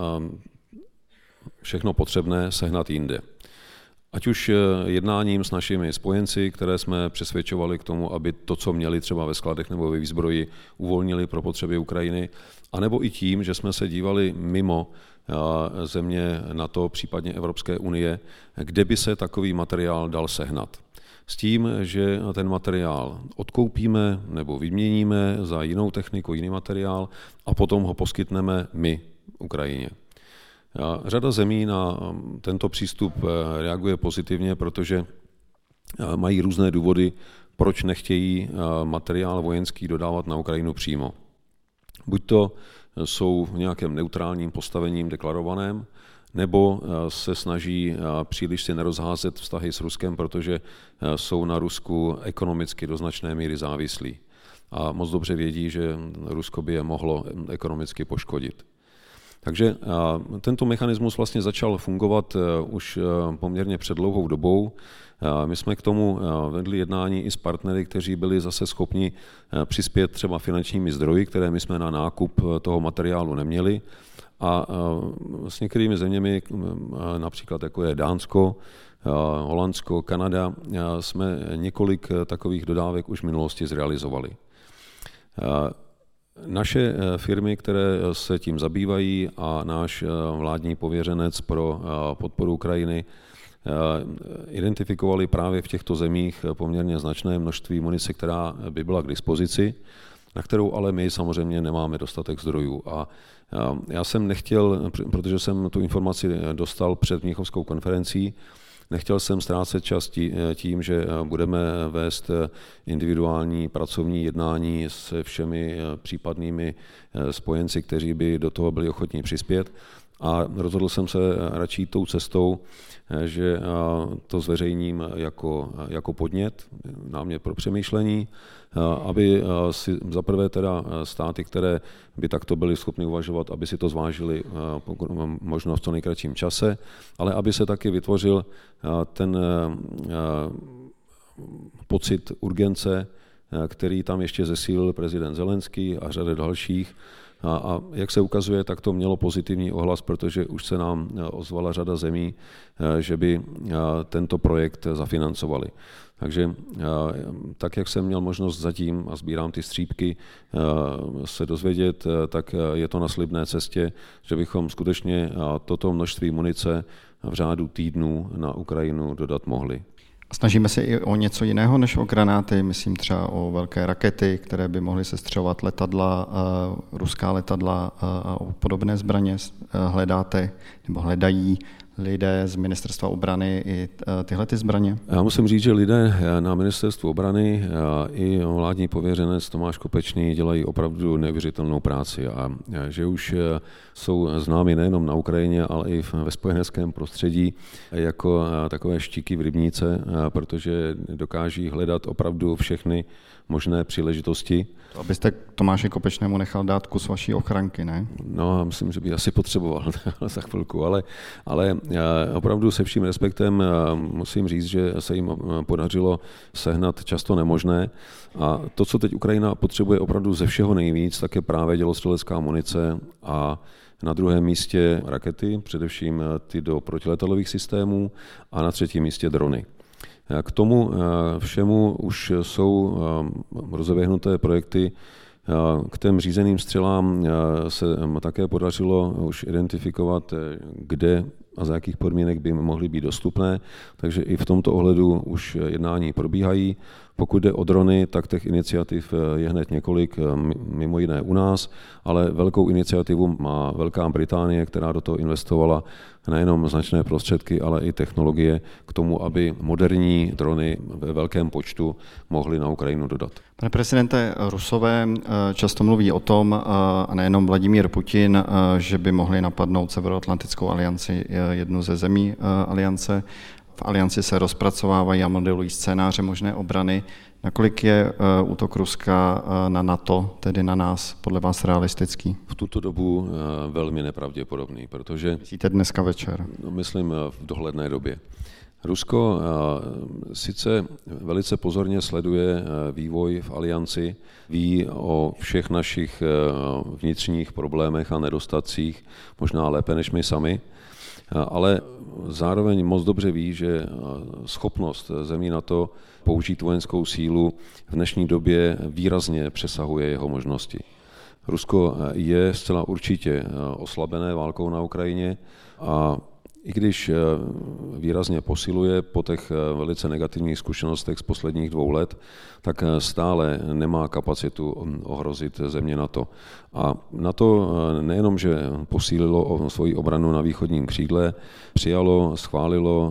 Speaker 3: všechno potřebné sehnat jinde. Ať už jednáním s našimi spojenci, které jsme přesvědčovali k tomu, aby to, co měli třeba ve skladech nebo ve výzbroji, uvolnili pro potřeby Ukrajiny, anebo i tím, že jsme se dívali mimo země NATO, případně Evropské unie, kde by se takový materiál dal sehnat. S tím, že ten materiál odkoupíme nebo vyměníme za jinou techniku, jiný materiál a potom ho poskytneme my Ukrajině. Řada zemí na tento přístup reaguje pozitivně, protože mají různé důvody, proč nechtějí materiál vojenský dodávat na Ukrajinu přímo. Buď to jsou v nějakém neutrálním postavením deklarovaném, nebo se snaží příliš si nerozházet vztahy s Ruskem, protože jsou na Rusku ekonomicky do značné míry závislí. A moc dobře vědí, že Rusko by je mohlo ekonomicky poškodit. Takže tento mechanismus vlastně začal fungovat už poměrně před dlouhou dobou. My jsme k tomu vedli jednání i s partnery, kteří byli zase schopni přispět třeba finančními zdroji, které my jsme na nákup toho materiálu neměli. A s některými zeměmi, například jako je Dánsko, Holandsko, Kanada, jsme několik takových dodávek už v minulosti zrealizovali. Naše firmy, které se tím zabývají a náš vládní pověřenec pro podporu Ukrajiny identifikovali právě v těchto zemích poměrně značné množství munice, která by byla k dispozici, na kterou ale my samozřejmě nemáme dostatek zdrojů. A já jsem nechtěl, protože jsem tu informaci dostal před Mnichovskou konferencí, nechtěl jsem ztrácet čas tím, že budeme vést individuální pracovní jednání se všemi případnými spojenci, kteří by do toho byli ochotní přispět. A rozhodl jsem se radši jít tou cestou, že to zveřejním jako, jako podnět, námět pro přemýšlení, aby si zaprvé teda státy, které by takto byly schopny uvažovat, aby si to zvážili možná v co nejkratším čase, ale aby se taky vytvořil ten pocit urgence, který tam ještě zesílil prezident Zelenský a řada dalších. A, a jak se ukazuje, tak to mělo pozitivní ohlas, protože už se nám ozvala řada zemí, že by tento projekt zafinancovali. Takže tak, jak jsem měl možnost zatím, a sbírám ty střípky, se dozvědět, tak je to na slibné cestě, že bychom skutečně toto množství munice v řádu týdnů na Ukrajinu dodat mohli.
Speaker 2: Snažíme se i o něco jiného než o granáty, myslím třeba o velké rakety, které by mohly sestřelovat letadla, ruská letadla a o podobné zbraně. Hledáte nebo hledají lidé z Ministerstva obrany i tyhle ty zbraně?
Speaker 3: Já musím říct, že lidé na Ministerstvu obrany i vládní pověřenec Tomáš Kopečný dělají opravdu neuvěřitelnou práci a že už jsou známi nejenom na Ukrajině, ale i ve spojeneckém prostředí jako takové štiky v rybníce, protože dokáží hledat opravdu všechny možné příležitosti.
Speaker 2: Abyste Tomáši Kopečnému nechal dát kus vaší ochranky, ne?
Speaker 3: No, myslím, že by asi potřeboval za chvilku, ale, ale opravdu se vším respektem musím říct, že se jim podařilo sehnat často nemožné a to, co teď Ukrajina potřebuje opravdu ze všeho nejvíc, tak je právě dělostřelecká munice a na druhém místě rakety, především ty do protiletadlových systémů a na třetím místě drony. K tomu všemu už jsou rozeběhnuté projekty. K těm řízeným střelám se také podařilo už identifikovat, kde a za jakých podmínek by mohly být dostupné, takže i v tomto ohledu už jednání probíhají. Pokud jde o drony, tak těch iniciativ je hned několik, mimo jiné u nás, ale velkou iniciativu má Velká Británie, která do toho investovala nejenom značné prostředky, ale i technologie k tomu, aby moderní drony ve velkém počtu mohly na Ukrajinu dodat.
Speaker 2: Pane prezidente, Rusové často mluví o tom, a nejenom Vladimír Putin, že by mohli napadnout Severoatlantickou alianci, jednu ze zemí aliance. V alianci se rozpracovávají a modelují scénáře možné obrany. Nakolik je útok Ruska na NATO, tedy na nás, podle vás realistický?
Speaker 3: V tuto dobu velmi nepravděpodobný, protože...
Speaker 2: Myslíte dneska večer?
Speaker 3: Myslím v dohledné době. Rusko sice velice pozorně sleduje vývoj v alianci, ví o všech našich vnitřních problémech a nedostatcích, možná lépe než my sami, ale zároveň moc dobře ví, že schopnost zemí NATO použít vojenskou sílu v dnešní době výrazně přesahuje jeho možnosti. Rusko je zcela určitě oslabené válkou na Ukrajině a i když výrazně posiluje po těch velice negativních zkušenostech z posledních dvou let, tak stále nemá kapacitu ohrozit země NATO. A NATO nejenom, že posílilo svoji obranu na východním křídle, přijalo, schválilo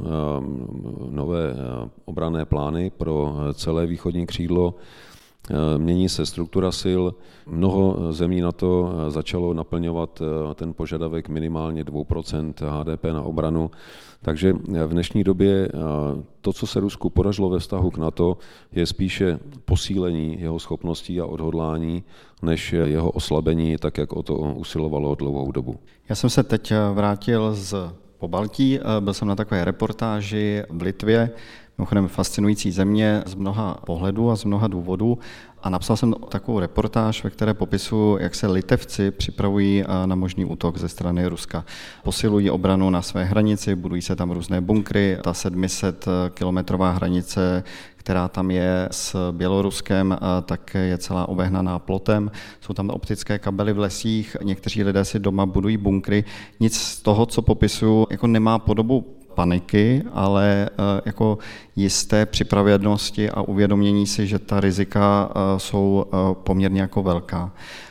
Speaker 3: nové obranné plány pro celé východní křídlo, mění se struktura sil, mnoho zemí NATO začalo naplňovat ten požadavek minimálně dvě procenta H D P na obranu, takže v dnešní době to, co se Rusku podařilo ve vztahu k NATO, je spíše posílení jeho schopností a odhodlání, než jeho oslabení, tak jak o to usilovalo dlouhou dobu.
Speaker 2: Já jsem se teď vrátil z Pobaltí, byl jsem na takové reportáži v Litvě, mimochodem fascinující země z mnoha pohledů a z mnoha důvodů. A napsal jsem takovou reportáž, ve které popisuju, jak se Litevci připravují na možný útok ze strany Ruska. Posilují obranu na své hranici, budují se tam různé bunkry. Ta sedm set kilometrová hranice, která tam je s Běloruskem, tak je celá obehnaná plotem. Jsou tam optické kabely v lesích, někteří lidé si doma budují bunkry. Nic z toho, co popisuju, jako nemá podobu paniky, ale jako jisté připravenosti a uvědomění si, že ta rizika jsou poměrně jako velká.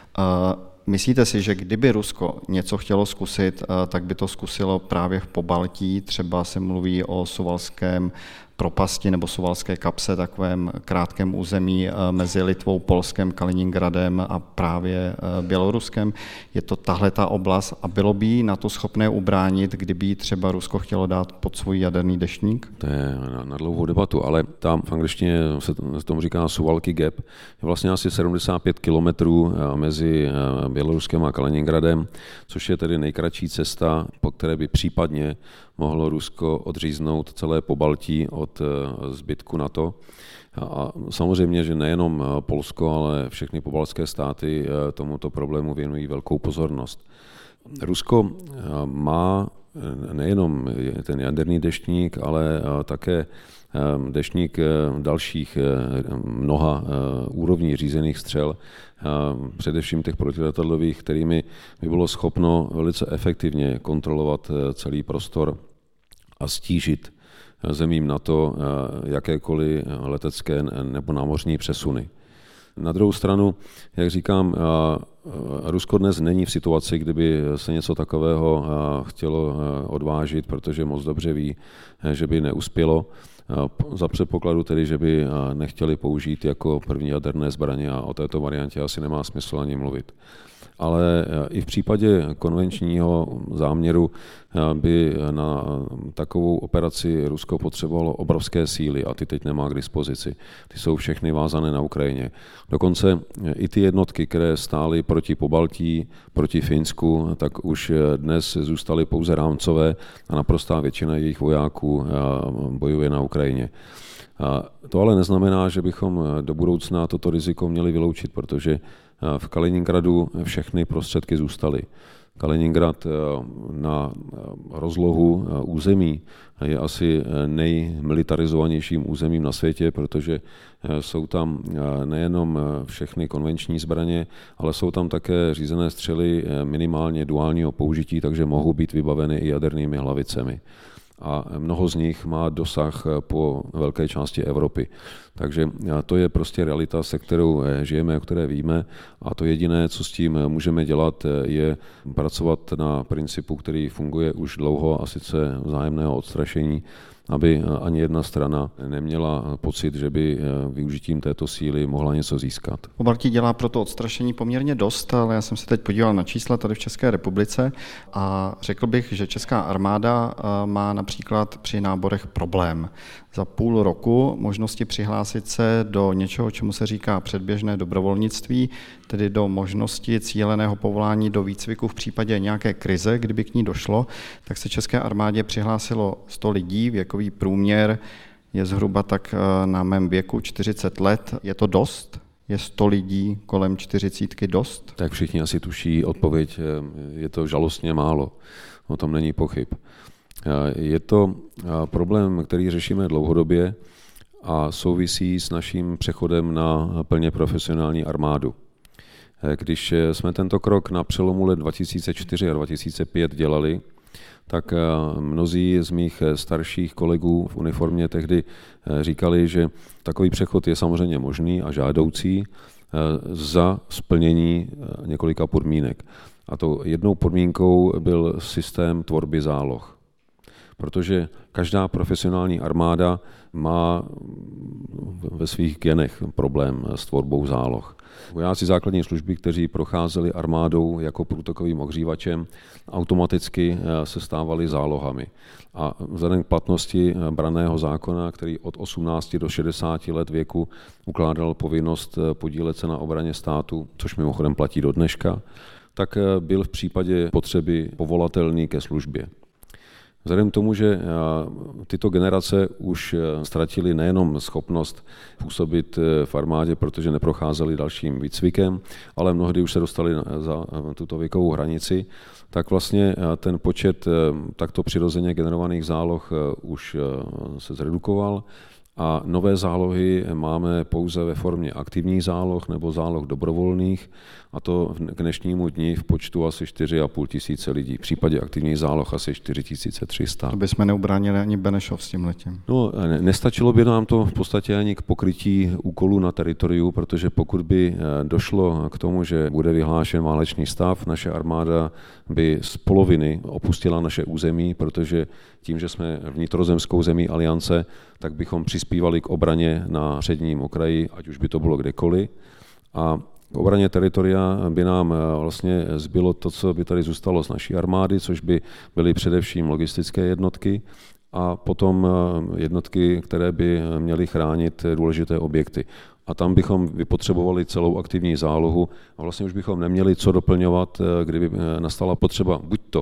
Speaker 2: Myslíte si, že kdyby Rusko něco chtělo zkusit, tak by to zkusilo právě v Pobaltí, třeba se mluví o Suvalském propasti nebo Suvalské kapse, takovém krátkém území mezi Litvou, Polskem, Kaliningradem a právě Běloruskem. Je to tahle ta oblast a bylo by na to schopné ubránit, kdyby třeba Rusko chtělo dát pod svůj jaderný deštník?
Speaker 3: To je na, na dlouhou debatu, ale tam v angličtině se tomu říká Suwalki Gap. Je vlastně asi sedmdesát pět kilometrů mezi Běloruskem a Kaliningradem, což je tedy nejkratší cesta, po které by případně mohlo Rusko odříznout celé Pobaltí od zbytku NATO. A samozřejmě, že nejenom Polsko, ale všechny pobaltské státy tomuto problému věnují velkou pozornost. Rusko má nejenom ten jaderný deštník, ale také deštník dalších mnoha úrovní řízených střel, především těch protiletadlových, kterými by bylo schopno velice efektivně kontrolovat celý prostor a stížit zemím NATO jakékoliv letecké nebo námořní přesuny. Na druhou stranu, jak říkám, Rusko dnes není v situaci, kdyby se něco takového chtělo odvážit, protože moc dobře ví, že by neuspělo. Za předpokladu tedy, že by nechtěli použít jako první jaderné zbraně a o této variantě asi nemá smysl ani mluvit. Ale i v případě konvenčního záměru by na takovou operaci Rusko potřebovalo obrovské síly a ty teď nemá k dispozici. Ty jsou všechny vázané na Ukrajině. Dokonce i ty jednotky, které stály proti Pobaltí, proti Finsku, tak už dnes zůstaly pouze rámcové a naprostá většina jejich vojáků bojuje na Ukrajině. To ale neznamená, že bychom do budoucna toto riziko měli vyloučit, protože v Kaliningradu všechny prostředky zůstaly. Kaliningrad na rozlohu území je asi nejmilitarizovanějším územím na světě, protože jsou tam nejenom všechny konvenční zbraně, ale jsou tam také řízené střely minimálně duálního použití, takže mohou být vybaveny i jadernými hlavicemi. A mnoho z nich má dosah po velké části Evropy. Takže to je prostě realita, se kterou žijeme, o které víme, a to jediné, co s tím můžeme dělat, je pracovat na principu, který funguje už dlouho, a sice vzájemného odstrašení, aby ani jedna strana neměla pocit, že by využitím této síly mohla něco získat.
Speaker 2: Pobaltí dělá pro to odstrašení poměrně dost, ale já jsem se teď podíval na čísla tady v České republice a řekl bych, že česká armáda má například při náborech problém. Za půl roku možnosti přihlásit se do něčeho, čemu se říká předběžné dobrovolnictví, tedy do možnosti cíleného povolání do výcviku v případě nějaké krize, kdyby k ní došlo, tak se české armádě přihlásilo sto lidí, věkový průměr je zhruba tak na mém věku čtyřicet let. Je to dost? Je sto lidí kolem čtyřicítky dost?
Speaker 3: Tak všichni asi tuší odpověď, je to žalostně málo, o tom není pochyb. Je to problém, který řešíme dlouhodobě a souvisí s naším přechodem na plně profesionální armádu. Když jsme tento krok na přelomu let dva tisíce čtyři a dva tisíce pět dělali, tak mnozí z mých starších kolegů v uniformě tehdy říkali, že takový přechod je samozřejmě možný a žádoucí za splnění několika podmínek. A to jednou podmínkou byl systém tvorby záloh. Protože každá profesionální armáda má ve svých genech problém s tvorbou záloh. Vojáci základní služby, kteří procházeli armádou jako průtokovým ohřívačem, automaticky se stávali zálohami. A vzhledem k platnosti branného zákona, který od osmnácti do šedesáti let věku ukládal povinnost podílet se na obraně státu, což mimochodem platí do dneška, tak byl v případě potřeby povolatelný ke službě. Vzhledem k tomu, že tyto generace už ztratily nejenom schopnost působit v armádě, protože neprocházely dalším výcvikem, ale mnohdy už se dostali za tuto věkovou hranici, tak vlastně ten počet takto přirozeně generovaných záloh už se zredukoval a nové zálohy máme pouze ve formě aktivních záloh nebo záloh dobrovolných, a to k dnešnímu dni v počtu asi čtyři a půl tisíce lidí. V případě aktivních záloh asi čtyři tisíce tři sta.
Speaker 2: To bychom neubránili ani Benešov s tímhletím.
Speaker 3: No, nestačilo by nám to v podstatě ani k pokrytí úkolů na teritoriu, protože pokud by došlo k tomu, že bude vyhlášen válečný stav, naše armáda by z poloviny opustila naše území, protože tím, že jsme vnitrozemskou zemí aliance, tak bychom přispívali k obraně na předním okraji, ať už by to bylo kdekoliv. A k obraně teritoria by nám vlastně zbylo to, co by tady zůstalo z naší armády, což by byly především logistické jednotky a potom jednotky, které by měly chránit důležité objekty. A tam bychom vypotřebovali celou aktivní zálohu a vlastně už bychom neměli co doplňovat, kdyby nastala potřeba buď to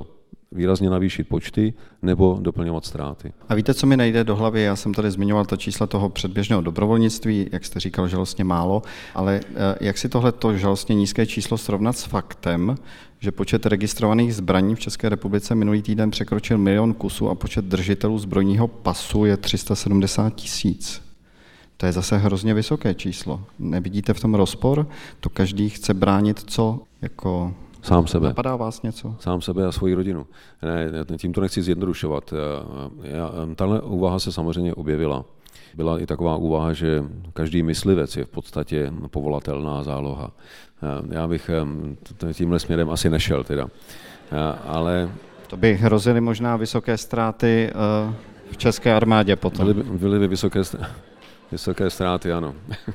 Speaker 3: výrazně navýšit počty nebo doplňovat ztráty.
Speaker 2: A víte, co mi nejde do hlavy? Já jsem tady zmiňoval to číslo toho předběžného dobrovolnictví, jak jste říkal, žalostně málo, ale jak si tohleto žalostně nízké číslo srovnat s faktem, že počet registrovaných zbraní v České republice minulý týden překročil milion kusů a počet držitelů zbrojního pasu je tři sta sedmdesát tisíc. To je zase hrozně vysoké číslo. Nevidíte v tom rozpor? To každý chce bránit co? Jako...
Speaker 3: Sám sebe.
Speaker 2: Napadá vás něco?
Speaker 3: Sám sebe a svoji rodinu. Ne, tím to nechci zjednodušovat. Tahle úvaha se samozřejmě objevila. Byla i taková úvaha, že každý myslivec je v podstatě povolatelná záloha. Já bych tímhle směrem asi nešel teda. Ale...
Speaker 2: To by hrozily možná vysoké ztráty v české armádě potom.
Speaker 3: Byly, byly by vysoké, vysoké ztráty, ano.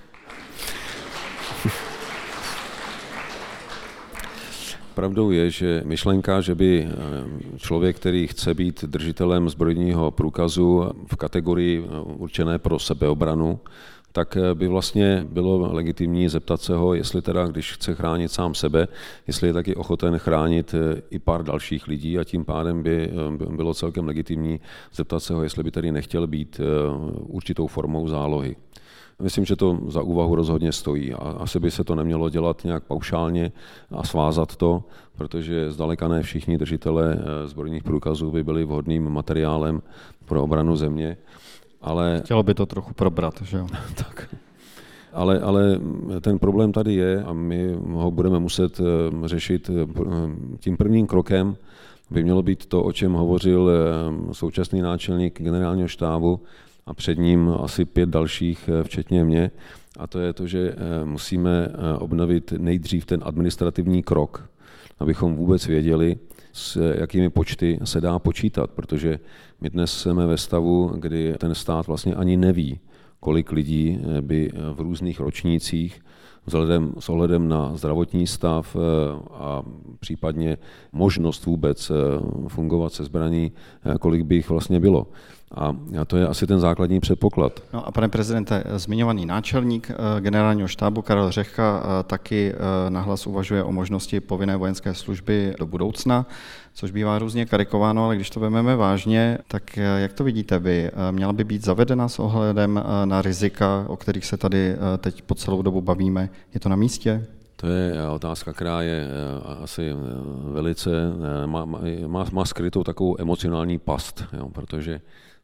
Speaker 3: Pravdou je, že myšlenka, že by člověk, který chce být držitelem zbrojního průkazu v kategorii určené pro sebeobranu, tak by vlastně bylo legitimní zeptat se ho, jestli teda, když chce chránit sám sebe, jestli je taky ochoten chránit i pár dalších lidí a tím pádem by bylo celkem legitimní zeptat se ho, jestli by tedy nechtěl být určitou formou zálohy. Myslím, že to za úvahu rozhodně stojí a asi by se to nemělo dělat nějak paušálně a svázat to, protože zdaleka ne všichni držitelé zbrojních průkazů by byli vhodným materiálem pro obranu země. Ale...
Speaker 2: Chtělo by to trochu probrat, že jo?
Speaker 3: Tak. Ale, ale ten problém tady je a my ho budeme muset řešit. Tím prvním krokem by mělo být to, o čem hovořil současný náčelník generálního štábu a před ním asi pět dalších, včetně mě, a to je to, že musíme obnovit nejdřív ten administrativní krok, abychom vůbec věděli, s jakými počty se dá počítat, protože my dnes jsme ve stavu, kdy ten stát vlastně ani neví, kolik lidí by v různých ročnících vzhledem, s ohledem na zdravotní stav a případně možnost vůbec fungovat se zbraní, kolik by jich vlastně bylo. A to je asi ten základní předpoklad.
Speaker 2: No a pane prezidente, zmiňovaný náčelník generálního štábu Karel Řehka taky nahlas uvažuje o možnosti povinné vojenské služby do budoucna, což bývá různě karikováno, ale když to vezmeme vážně, tak jak to vidíte vy? Měla by být zavedena s ohledem na rizika, o kterých se tady teď po celou dobu bavíme? Je to na místě?
Speaker 3: To je otázka, která je asi velice, má, má, má skrytou takovou emocionální past, jo, protože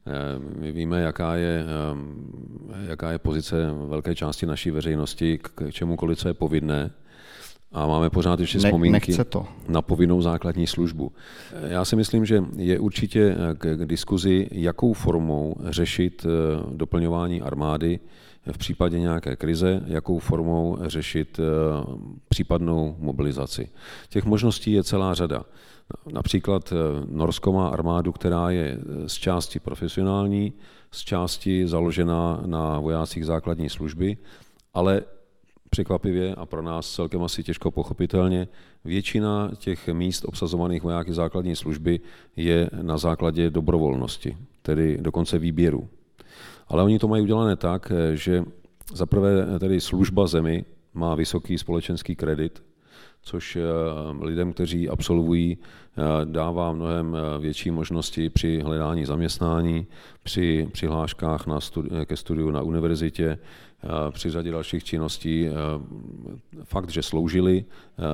Speaker 3: my víme, jaká je, jaká je pozice velké části naší veřejnosti k čemukoliv, co je povinné. A máme pořád ještě vzpomínky na povinnou základní službu. Já si myslím, že je určitě k diskuzi, jakou formou řešit doplňování armády v případě nějaké krize, jakou formou řešit případnou mobilizaci. Těch možností je celá řada. Například Norsko má armádu, která je z části profesionální, z části založená na vojácích základní služby, ale překvapivě a pro nás celkem asi těžko pochopitelně, většina těch míst obsazovaných vojáky základní služby je na základě dobrovolnosti, tedy dokonce výběru. Ale oni to mají udělané tak, že zaprvé tedy služba zemi má vysoký společenský kredit, což lidem, kteří absolvují, dává mnohem větší možnosti při hledání zaměstnání, při přihláškách na studi- ke studiu na univerzitě, při řadě dalších činností. Fakt, že sloužili,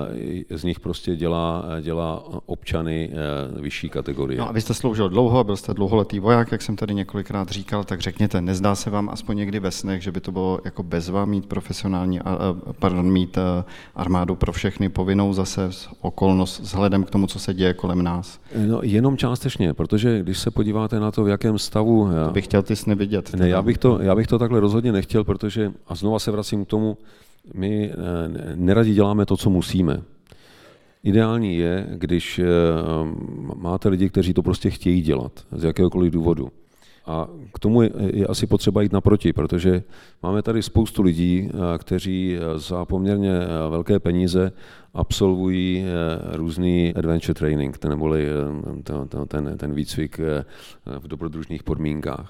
Speaker 3: z nich prostě dělá, dělá občany vyšší kategorie.
Speaker 2: No a vy jste sloužil dlouho, byl jste dlouholetý voják, jak jsem tady několikrát říkal, tak řekněte, nezdá se vám aspoň někdy ve snech, že by to bylo jako bezva mít profesionální, pardon, mít armádu pro všechny povinnou zase okolnost vzhledem k tomu, co se děje kolem nás?
Speaker 3: No, jenom částečně, protože když se podíváte na to, v jakém stavu...
Speaker 2: Já bych chtěl ty sny vidět.
Speaker 3: Ne, já bych, to, já bych to takhle rozhodně nechtěl, protože, a znova se vracím k tomu, my neradi děláme to, co musíme. Ideální je, když máte lidi, kteří to prostě chtějí dělat, z jakéhokoliv důvodu. A k tomu je, je asi potřeba jít naproti, protože máme tady spoustu lidí, kteří za poměrně velké peníze absolvují různý adventure training, neboli ten, ten výcvik v dobrodružných podmínkách.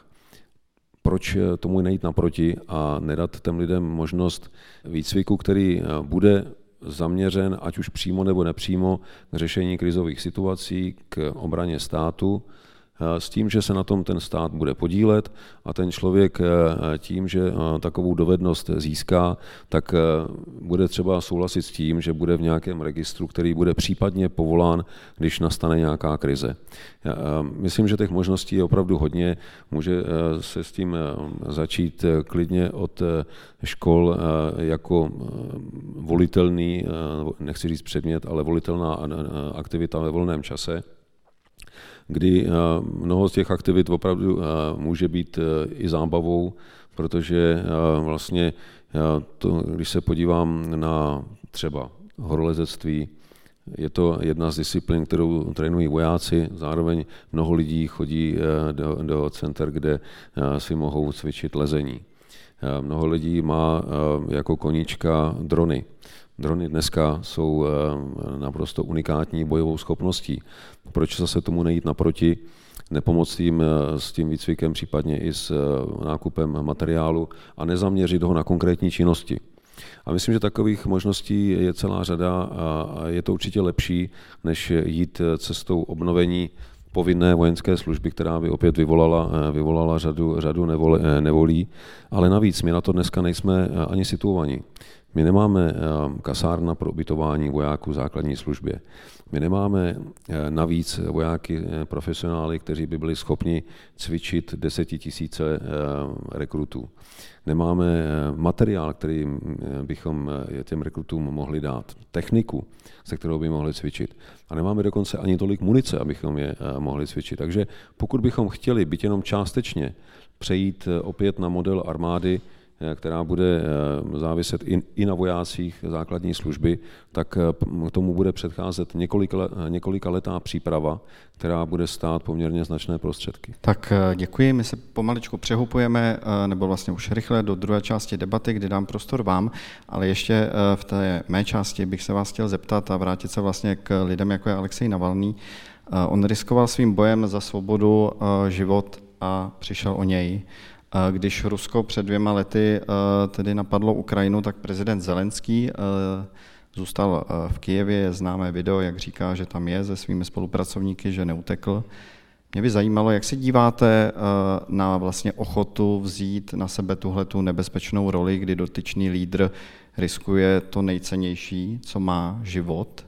Speaker 3: Proč tomu nejít naproti a nedat těm lidem možnost výcviku, který bude zaměřen, ať už přímo nebo nepřímo, k řešení krizových situací, k obraně státu, s tím, že se na tom ten stát bude podílet a ten člověk tím, že takovou dovednost získá, tak bude třeba souhlasit s tím, že bude v nějakém registru, který bude případně povolán, když nastane nějaká krize. Myslím, že těch možností je opravdu hodně. Může se s tím začít klidně od škol jako volitelný, nechci říct předmět, ale volitelná aktivita ve volném čase, kdy mnoho z těch aktivit opravdu může být i zábavou, protože vlastně to, když se podívám na třeba horolezectví, je to jedna z disciplín, kterou trénují vojáci, zároveň mnoho lidí chodí do, do center, kde si mohou cvičit lezení. Mnoho lidí má jako koníčka drony. Drony dneska jsou naprosto unikátní bojovou schopností. Proč zase tomu nejít naproti, nepomoct jim s tím výcvikem, případně i s nákupem materiálu a nezaměřit ho na konkrétní činnosti. A myslím, že takových možností je celá řada a je to určitě lepší, než jít cestou obnovení povinné vojenské služby, která by opět vyvolala, vyvolala řadu, řadu nevolí, ale navíc my na to dneska nejsme ani situovaní. My nemáme kasárna pro ubytování vojáků v základní službě. My nemáme navíc vojáky profesionály, kteří by byli schopni cvičit desetitisíce rekrutů. Nemáme materiál, který bychom těm rekrutům mohli dát. Techniku, se kterou by mohli cvičit. A nemáme dokonce ani tolik munice, abychom je mohli cvičit. Takže pokud bychom chtěli, byť jenom částečně, přejít opět na model armády, která bude záviset i na vojácích základní služby, tak k tomu bude předcházet několika, několika letá příprava, která bude stát poměrně značné prostředky.
Speaker 2: Tak děkuji, my se pomaličku přehupujeme, nebo vlastně už rychle do druhé části debaty, kdy dám prostor vám, ale ještě v té mé části bych se vás chtěl zeptat a vrátit se vlastně k lidem, jako je Alexej Navalný. On riskoval svým bojem za svobodu život a přišel o něj. Když Rusko před dvěma lety tedy napadlo Ukrajinu, tak prezident Zelenský zůstal v Kyjevě. Je známé video, jak říká, že tam je se svými spolupracovníky, že neutekl. Mě by zajímalo, jak se díváte na vlastně ochotu vzít na sebe tuhletu nebezpečnou roli, kdy dotyčný lídr riskuje to nejcennější, co má život.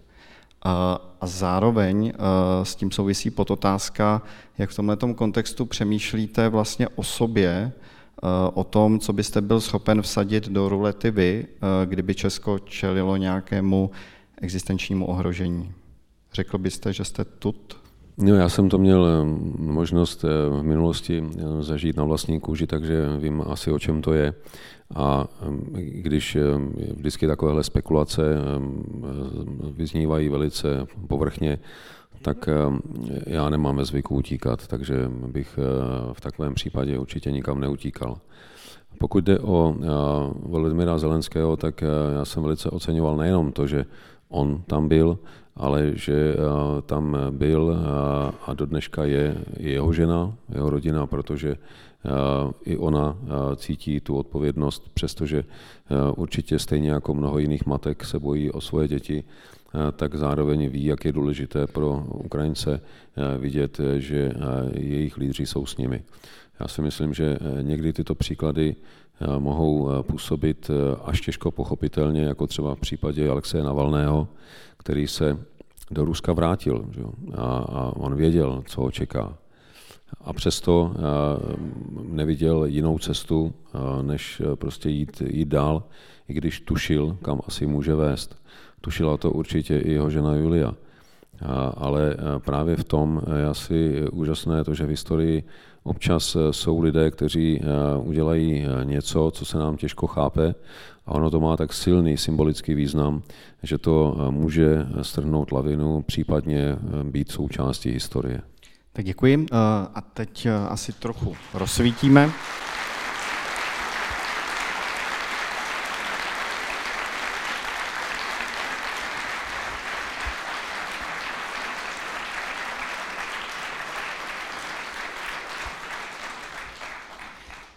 Speaker 2: A zároveň s tím souvisí podotázka, jak v tomhletom kontextu přemýšlíte vlastně o sobě, o tom, co byste byl schopen vsadit do rulety vy, kdyby Česko čelilo nějakému existenčnímu ohrožení. Řekl byste, že jste tut?
Speaker 3: No, já jsem to měl možnost v minulosti zažít na vlastní kůži, takže vím asi, o čem to je. A když vždycky takovéhle spekulace vyznívají velice povrchně, tak já nemám ve zvyku utíkat, takže bych v takovém případě určitě nikam neutíkal. Pokud jde o Volodymyra Zelenského, tak já jsem velice oceňoval nejenom to, že on tam byl, ale že tam byl a do dneška je jeho žena, jeho rodina, protože i ona cítí tu odpovědnost, přestože určitě stejně jako mnoho jiných matek se bojí o svoje děti, tak zároveň ví, jak je důležité pro Ukrajince vidět, že jejich lídři jsou s nimi. Já si myslím, že někdy tyto příklady mohou působit až těžko pochopitelně, jako třeba v případě Alexeje Navalného, který se do Ruska vrátil, že? A, a on věděl, co ho čeká. A přesto neviděl jinou cestu, než prostě jít, jít dál, i když tušil, kam asi může vést. Tušila to určitě i jeho žena Julia. Ale právě v tom je asi úžasné to, že v historii občas jsou lidé, kteří udělají něco, co se nám těžko chápe, a ono to má tak silný symbolický význam, že to může strhnout lavinu, případně být součástí historie.
Speaker 2: Tak děkuji. A teď asi trochu rozsvítíme.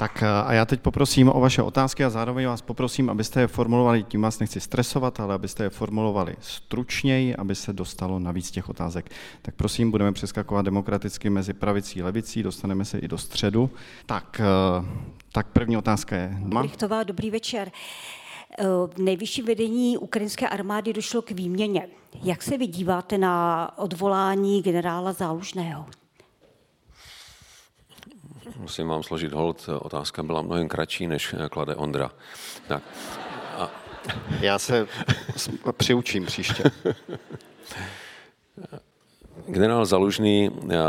Speaker 2: Tak a já teď poprosím o vaše otázky a zároveň vás poprosím, abyste je formulovali, tím vás nechci stresovat, ale abyste je formulovali stručněji, aby se dostalo na víc těch otázek. Tak prosím, budeme přeskakovat demokraticky mezi pravicí a levicí, dostaneme se i do středu. Tak, tak první otázka je...
Speaker 4: Richtová, dobrý večer. V nejvyšším vedení ukrajinské armády došlo k výměně. Jak se vy díváte na odvolání generála Zálužného?
Speaker 3: Musím vám složit hold, otázka byla mnohem kratší, než klade Ondra. Tak.
Speaker 2: A... Já se přiučím příště.
Speaker 3: Generál Zalužný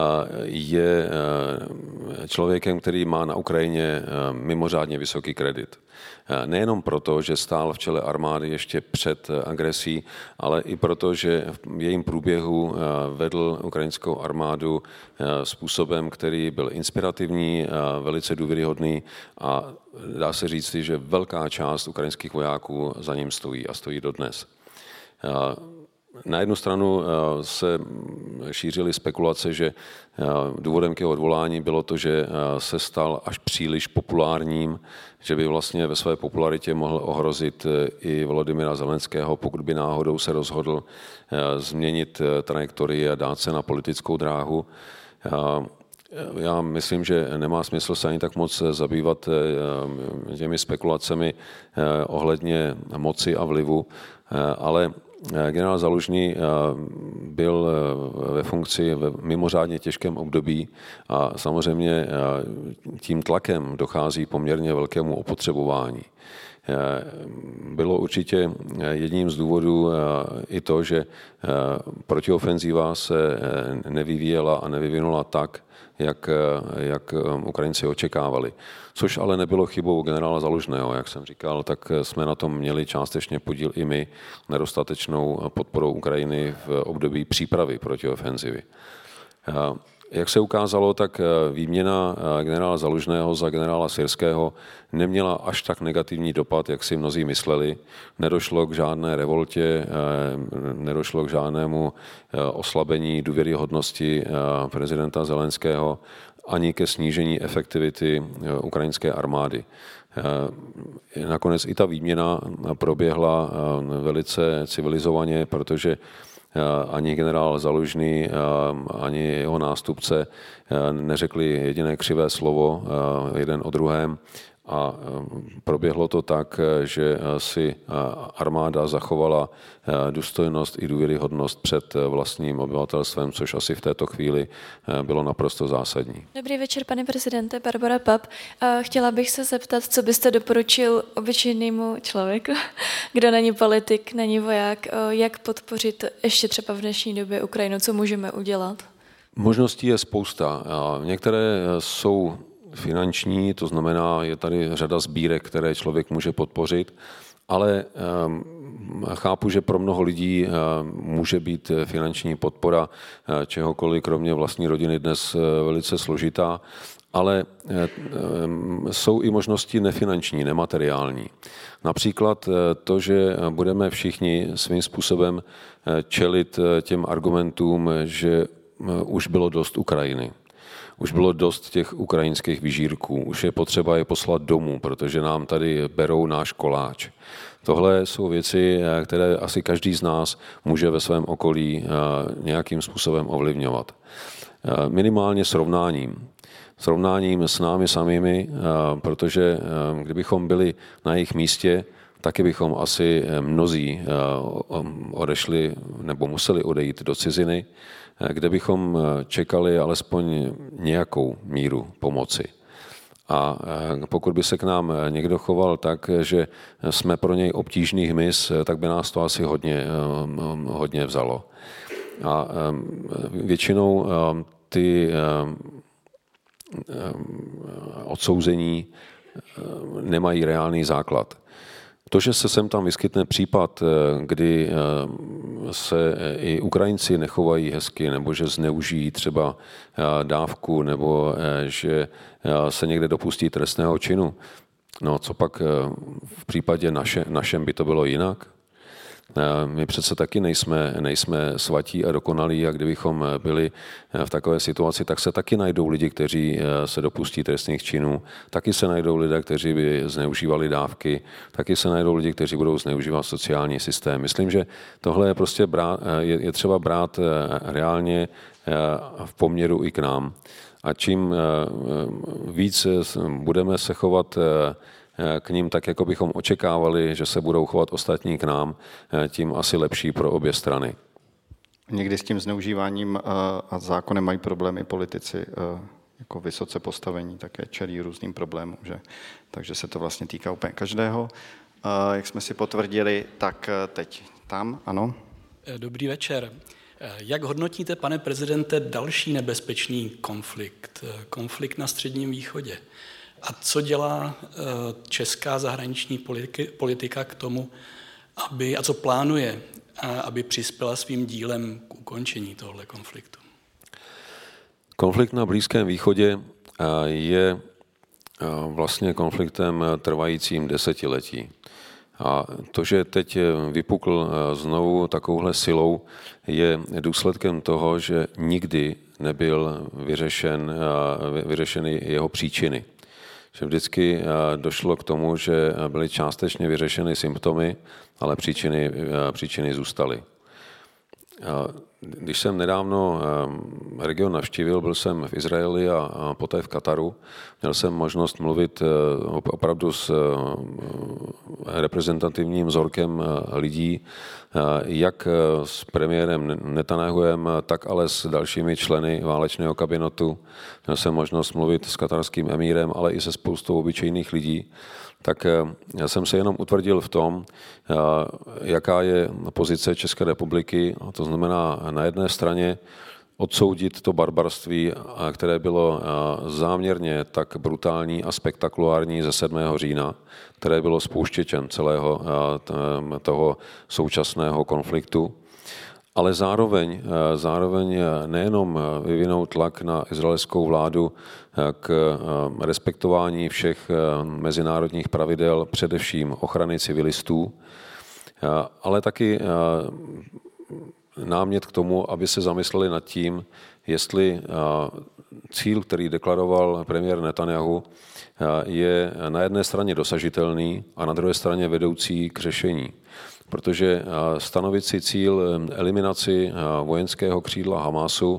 Speaker 3: je člověkem, který má na Ukrajině mimořádně vysoký kredit. Nejenom proto, že stál v čele armády ještě před agresí, ale i proto, že v jejím průběhu vedl ukrajinskou armádu způsobem, který byl inspirativní, velice důvěryhodný a dá se říct, že velká část ukrajinských vojáků za ním stojí a stojí dodnes. Na jednu stranu se šířily spekulace, že důvodem k jeho odvolání bylo to, že se stal až příliš populárním, že by vlastně ve své popularitě mohl ohrozit i Volodymyra Zelenského, pokud by náhodou se rozhodl změnit trajektorii a dát se na politickou dráhu. Já myslím, že nemá smysl se ani tak moc zabývat těmi spekulacemi ohledně moci a vlivu, ale generál Zalužný byl ve funkci v mimořádně těžkém období a samozřejmě tím tlakem dochází poměrně velkému opotřebování. Bylo určitě jedním z důvodů i to, že protiofenziva se nevyvíjela a nevyvinula tak, jak, jak Ukrajinci očekávali. Což ale nebylo chybou generála Zalužného, jak jsem říkal, tak jsme na tom měli částečně podíl i my nedostatečnou podporou Ukrajiny v období přípravy protiofenzivy. Jak se ukázalo, tak výměna generála Zalužného za generála Syrského neměla až tak negativní dopad, jak si mnozí mysleli. Nedošlo k žádné revoltě, nedošlo k žádnému oslabení důvěryhodnosti prezidenta Zelenského ani ke snížení efektivity ukrajinské armády. Nakonec i ta výměna proběhla velice civilizovaně, protože ani generál Zalužný, ani jeho nástupce neřekli jediné křivé slovo jeden o druhém a proběhlo to tak, že si armáda zachovala důstojnost i důvěryhodnost před vlastním obyvatelstvem, což asi v této chvíli bylo naprosto zásadní.
Speaker 5: Dobrý večer, pane prezidente, Barbara Pap. Chtěla bych se zeptat, co byste doporučil obyčejnému člověku, kdo není politik, není voják, jak podpořit ještě třeba v dnešní době Ukrajinu, co můžeme udělat?
Speaker 3: Možností je spousta. Některé jsou finanční, to znamená, je tady řada sbírek, které člověk může podpořit, ale chápu, že pro mnoho lidí může být finanční podpora čehokoliv, kromě vlastní rodiny, dnes velice složitá, ale jsou i možnosti nefinanční, nemateriální. Například to, že budeme všichni svým způsobem čelit těm argumentům, že už bylo dost Ukrajiny. Už bylo dost těch ukrajinských vyžírků, už je potřeba je poslat domů, protože nám tady berou náš koláč. Tohle jsou věci, které asi každý z nás může ve svém okolí nějakým způsobem ovlivňovat. Minimálně srovnáním. Srovnáním s námi samými, protože kdybychom byli na jejich místě, taky bychom asi mnozí odešli nebo museli odejít do ciziny, kde bychom čekali alespoň nějakou míru pomoci. A pokud by se k nám někdo choval tak, že jsme pro něj obtížný hmyz, tak by nás to asi hodně, hodně vzalo. A většinou ty odsouzení nemají reálný základ. To, že se sem tam vyskytne případ, kdy se i Ukrajinci nechovají hezky, nebo že zneužijí třeba dávku, nebo že se někde dopustí trestného činu, no co pak v případě naše, našem by to bylo jinak? My přece taky nejsme, nejsme svatí a dokonalí a kdybychom byli v takové situaci, tak se taky najdou lidi, kteří se dopustí trestných činů, taky se najdou lidé, kteří by zneužívali dávky, taky se najdou lidi, kteří budou zneužívat sociální systém. Myslím, že tohle je prostě brát, je, je třeba brát reálně v poměru i k nám. A čím víc budeme se chovat k ním tak, jako bychom očekávali, že se budou chovat ostatní k nám, tím asi lepší pro obě strany.
Speaker 2: Někdy s tím zneužíváním a zákonem mají problémy politici jako vysoce postavení, také čelí různým problémům, že? Takže se to vlastně týká úplně každého. Jak jsme si potvrdili, tak teď tam, ano.
Speaker 6: Dobrý večer. Jak hodnotíte, pane prezidente, další nebezpečný konflikt, konflikt na Středním východě? A co dělá česká zahraniční politika k tomu, aby, a co plánuje, aby přispěla svým dílem k ukončení tohoto konfliktu?
Speaker 3: Konflikt na Blízkém východě je vlastně konfliktem trvajícím desetiletí. A to, že teď vypukl znovu takovouhle silou, je důsledkem toho, že nikdy nebyl vyřešen, vyřešeny jeho příčiny. Že vždycky došlo k tomu, že byly částečně vyřešeny symptomy, ale příčiny, příčiny zůstaly. Když jsem nedávno region navštívil, byl jsem v Izraeli a poté v Kataru, měl jsem možnost mluvit opravdu s reprezentativním vzorkem lidí, jak s premiérem Netanyahuem, tak ale s dalšími členy válečného kabinetu. Měl jsem možnost mluvit s katarským emírem, ale i se spoustou obyčejných lidí. Tak já jsem se jenom utvrdil v tom, jaká je pozice České republiky. To znamená na jedné straně odsoudit to barbarství, které bylo záměrně tak brutální a spektakulární ze sedmého října, které bylo spouštěčem celého toho současného konfliktu. Ale zároveň, zároveň nejenom vyvinout tlak na izraelskou vládu k respektování všech mezinárodních pravidel, především ochrany civilistů, ale taky námět k tomu, aby se zamysleli nad tím, jestli cíl, který deklaroval premiér Netanyahu, je na jedné straně dosažitelný a na druhé straně vedoucí k řešení. Protože stanovit si cíl eliminaci vojenského křídla Hamasu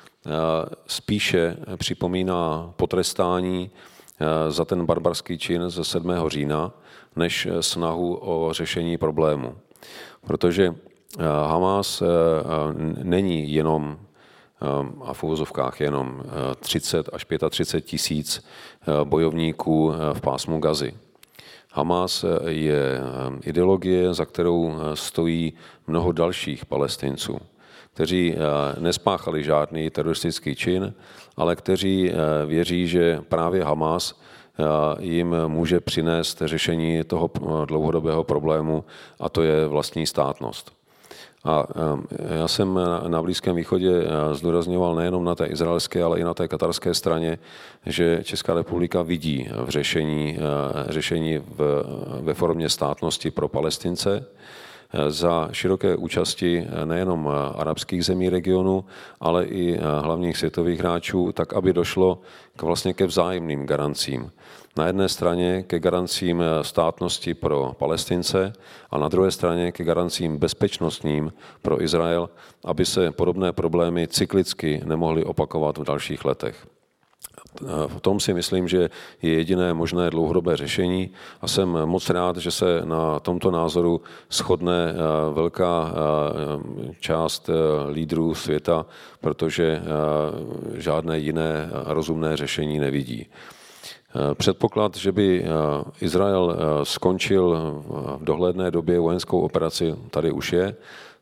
Speaker 3: spíše připomíná potrestání za ten barbarský čin ze sedmého října, než snahu o řešení problému. Protože Hamas není jenom, a v uvozovkách jenom třicet až třicet pět tisíc bojovníků v pásmu Gazy. Hamas je ideologie, za kterou stojí mnoho dalších Palestinců, kteří nespáchali žádný teroristický čin, ale kteří věří, že právě Hamas jim může přinést řešení toho dlouhodobého problému, a to je vlastní státnost. A já jsem na Blízkém východě zdůrazňoval nejenom na té izraelské, ale i na té katarské straně, že Česká republika vidí v řešení, řešení v, ve formě státnosti pro Palestince za široké účasti nejenom arabských zemí regionu, ale i hlavních světových hráčů, tak aby došlo k vlastně ke vzájemným garancím. Na jedné straně ke garancím státnosti pro Palestince a na druhé straně ke garancím bezpečnostním pro Izrael, aby se podobné problémy cyklicky nemohly opakovat v dalších letech. V tom si myslím, že je jediné možné dlouhodobé řešení a jsem moc rád, že se na tomto názoru shodne velká část lídrů světa, protože žádné jiné rozumné řešení nevidí. Předpoklad, že by Izrael skončil v dohledné době vojenskou operaci, tady už je.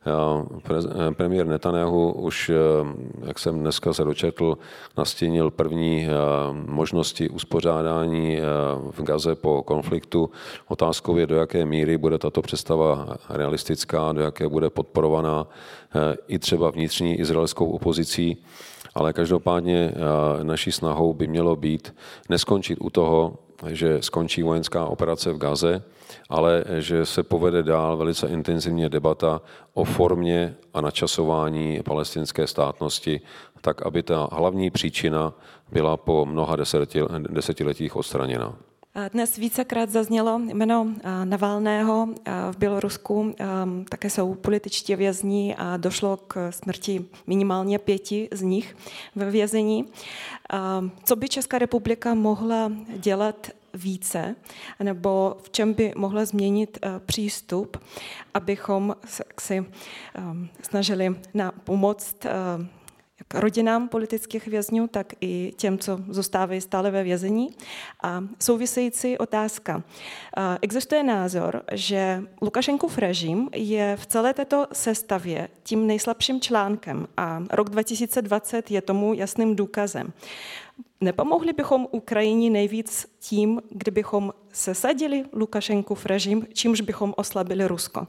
Speaker 3: Premiér Netanyahu už, jak jsem dneska se dočetl, nastínil první možnosti uspořádání v Gaze po konfliktu. Otázkou je, do jaké míry bude tato představa realistická, do jaké bude podporovaná i třeba vnitřní izraelskou opozicí. Ale každopádně naší snahou by mělo být neskončit u toho, že skončí vojenská operace v Gaze, ale že se povede dál velice intenzivně debata o formě a načasování palestinské státnosti, tak aby ta hlavní příčina byla po mnoha desetiletích odstraněna.
Speaker 7: Dnes vícekrát zaznělo jméno Navalného v Bělorusku. Také jsou političtí vězni a došlo k smrti minimálně pěti z nich ve vězení. Co by Česká republika mohla dělat více, nebo v čem by mohla změnit přístup, abychom se snažili na pomoc jak rodinám politických vězňů, tak i těm, co zůstávají stále ve vězení. A související otázka. Existuje názor, že Lukašenkův režim je v celé této sestavě tím nejslabším článkem a rok dva tisíce dvacet je tomu jasným důkazem. Nepomohli bychom Ukrajině nejvíc tím, kdybychom sesadili Lukašenkův režim, čímž bychom oslabili Rusko?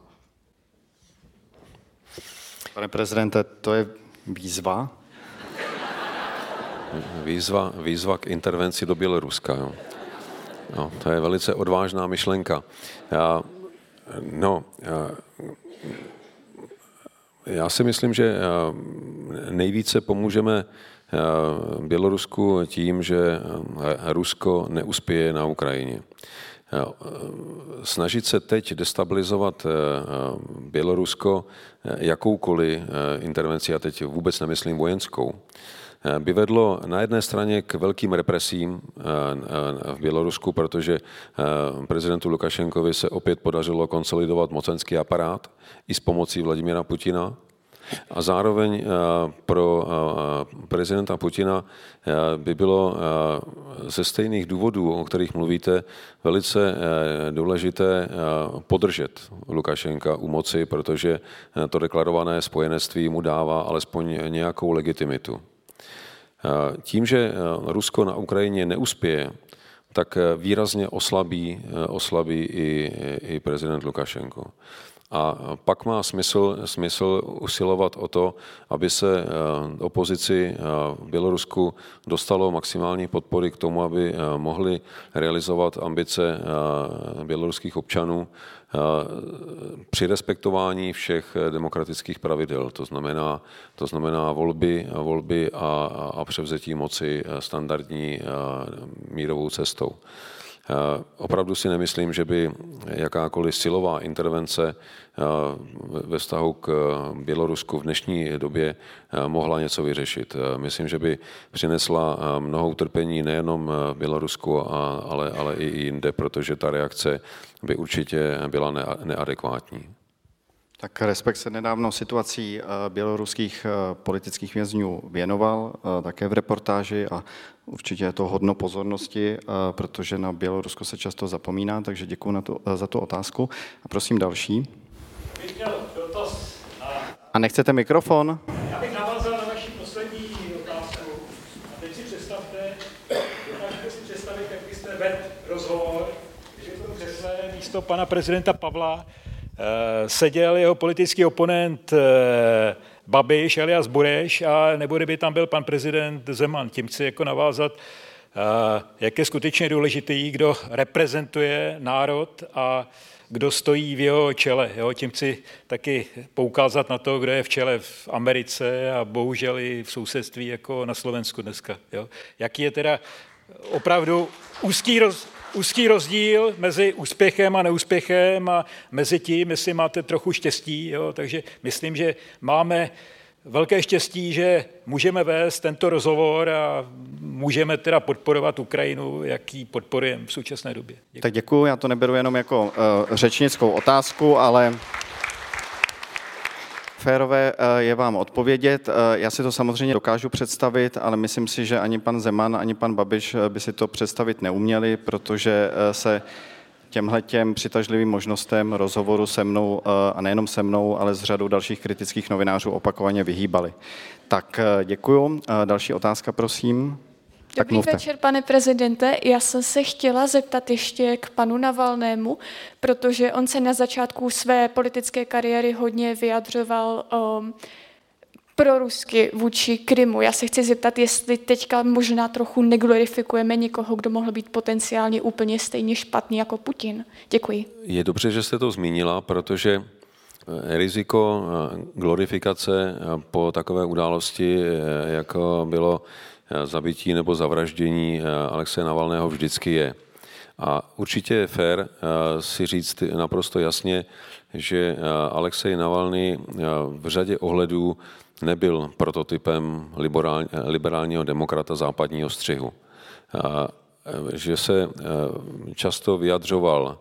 Speaker 2: Pane prezidente, to je výzva?
Speaker 3: Výzva, výzva k intervenci do Běloruska. Jo. No, to je velice odvážná myšlenka. Já, no, já, já si myslím, že nejvíce pomůžeme Bělorusku tím, že Rusko neuspěje na Ukrajině. Snažit se teď destabilizovat Bělorusko jakoukoliv intervenci, a teď vůbec nemyslím vojenskou, by vedlo na jedné straně k velkým represím v Bělorusku, protože prezidentu Lukašenkovi se opět podařilo konsolidovat mocenský aparát i s pomocí Vladimira Putina. A zároveň pro prezidenta Putina by bylo ze stejných důvodů, o kterých mluvíte, velice důležité podržet Lukašenka u moci, protože to deklarované spojenectví mu dává alespoň nějakou legitimitu. Tím, že Rusko na Ukrajině neuspěje, tak výrazně oslabí, oslabí i, i prezident Lukašenko. A pak má smysl, smysl usilovat o to, aby se opozici v Bělorusku dostalo maximální podpory k tomu, aby mohli realizovat ambice běloruských občanů při respektování všech demokratických pravidel. To znamená, to znamená volby, volby a, a převzetí moci standardní mírovou cestou. Opravdu si nemyslím, že by jakákoliv silová intervence ve vztahu k Bělorusku v dnešní době mohla něco vyřešit. Myslím, že by přinesla mnoho utrpení nejenom v Bělorusku, ale, ale i jinde, protože ta reakce by určitě byla neadekvátní.
Speaker 2: Tak Respekt se nedávno situací běloruských politických vězňů věnoval také v reportáži a určitě je to hodno pozornosti, protože na Bělorusko se často zapomíná, takže děkuji na to, za tu otázku. A prosím další. A nechcete mikrofon?
Speaker 8: Já bych navázal na vaši poslední otázku. A teď si představte, dokážete si představit, jak byste vedl rozhovor, že v tom křesle místo pana prezidenta Pavla seděl jeho politický oponent Babiš alias Bureš a nebo kdyby tam byl pan prezident Zeman. Tím chci jako navázat, jak je skutečně důležitý, kdo reprezentuje národ a kdo stojí v jeho čele. Jo? Tím chci taky poukázat na to, kdo je v čele v Americe a bohužel i v sousedství jako na Slovensku dneska. Jo? Jaký je teda opravdu úzký roz... úzký rozdíl mezi úspěchem a neúspěchem a mezi tím, jestli máte trochu štěstí. Jo? Takže myslím, že máme velké štěstí, že můžeme vést tento rozhovor a můžeme teda podporovat Ukrajinu, jak ji podporujeme v současné době. Děkuji.
Speaker 2: Tak děkuji, já to neberu jenom jako uh, řečnickou otázku, ale férové je vám odpovědět. Já si to samozřejmě dokážu představit, ale myslím si, že ani pan Zeman, ani pan Babiš by si to představit neuměli, protože se těmhletěm přitažlivým možnostem rozhovoru se mnou, a nejenom se mnou, ale s řadou dalších kritických novinářů opakovaně vyhýbali. Tak děkuju. Další otázka, prosím.
Speaker 5: Dobrý večer, pane prezidente. Já jsem se chtěla zeptat ještě k panu Navalnému, protože on se na začátku své politické kariéry hodně vyjadřoval um,
Speaker 9: prorusky vůči Krymu. Já se chci zeptat, jestli teďka možná trochu neglorifikujeme někoho, kdo mohl být potenciálně úplně stejně špatný jako Putin. Děkuji.
Speaker 3: Je dobře, že jste to zmínila, protože riziko glorifikace po takové události, jako bylo zabití nebo zavraždění Alexeje Navalného, vždycky je. A určitě je fér si říct naprosto jasně, že Alexej Navalný v řadě ohledů nebyl prototypem liberálního demokrata západního střihu. Že se často vyjadřoval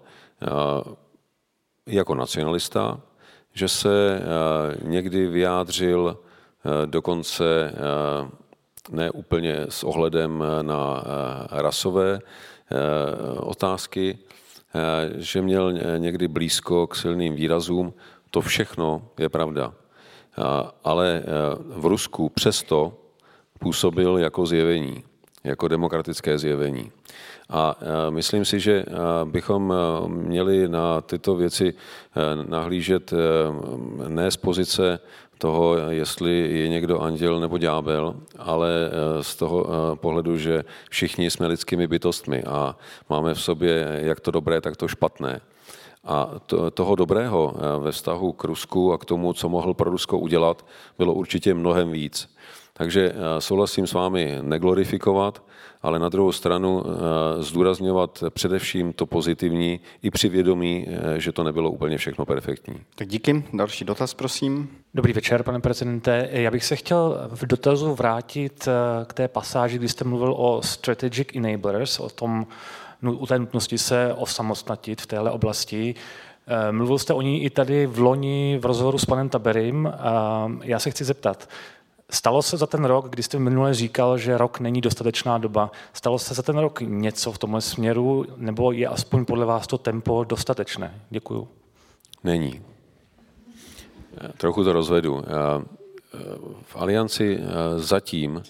Speaker 3: jako nacionalista, že se někdy vyjádřil dokonce ne úplně s ohledem na rasové otázky, že měl někdy blízko k silným výrazům. To všechno je pravda. Ale v Rusku přesto působil jako zjevení, jako demokratické zjevení. A myslím si, že bychom měli na tyto věci nahlížet ne z pozice toho, jestli je někdo anděl nebo ďábel, ale z toho pohledu, že všichni jsme lidskými bytostmi a máme v sobě jak to dobré, tak to špatné. A to, toho dobrého ve vztahu k Rusku a k tomu, co mohl pro Rusko udělat, bylo určitě mnohem víc. Takže souhlasím s vámi neglorifikovat, ale na druhou stranu zdůrazňovat především to pozitivní i při vědomí, že to nebylo úplně všechno perfektní.
Speaker 2: Tak díky. Další dotaz, prosím.
Speaker 10: Dobrý večer, pane prezidente. Já bych se chtěl v dotazu vrátit k té pasáži, kdy jste mluvil o strategic enablers, o tom, o té nutnosti se osamostatnit v téhle oblasti. Mluvil jste o ní i tady v loni v rozhovoru s panem Taberim. Já se chci zeptat, stalo se za ten rok, kdy jste minule říkal, že rok není dostatečná doba, stalo se za ten rok něco v tomhle směru, nebo je aspoň podle vás to tempo dostatečné? Děkuju.
Speaker 3: Není. Trochu to rozvedu. V Alianci zatím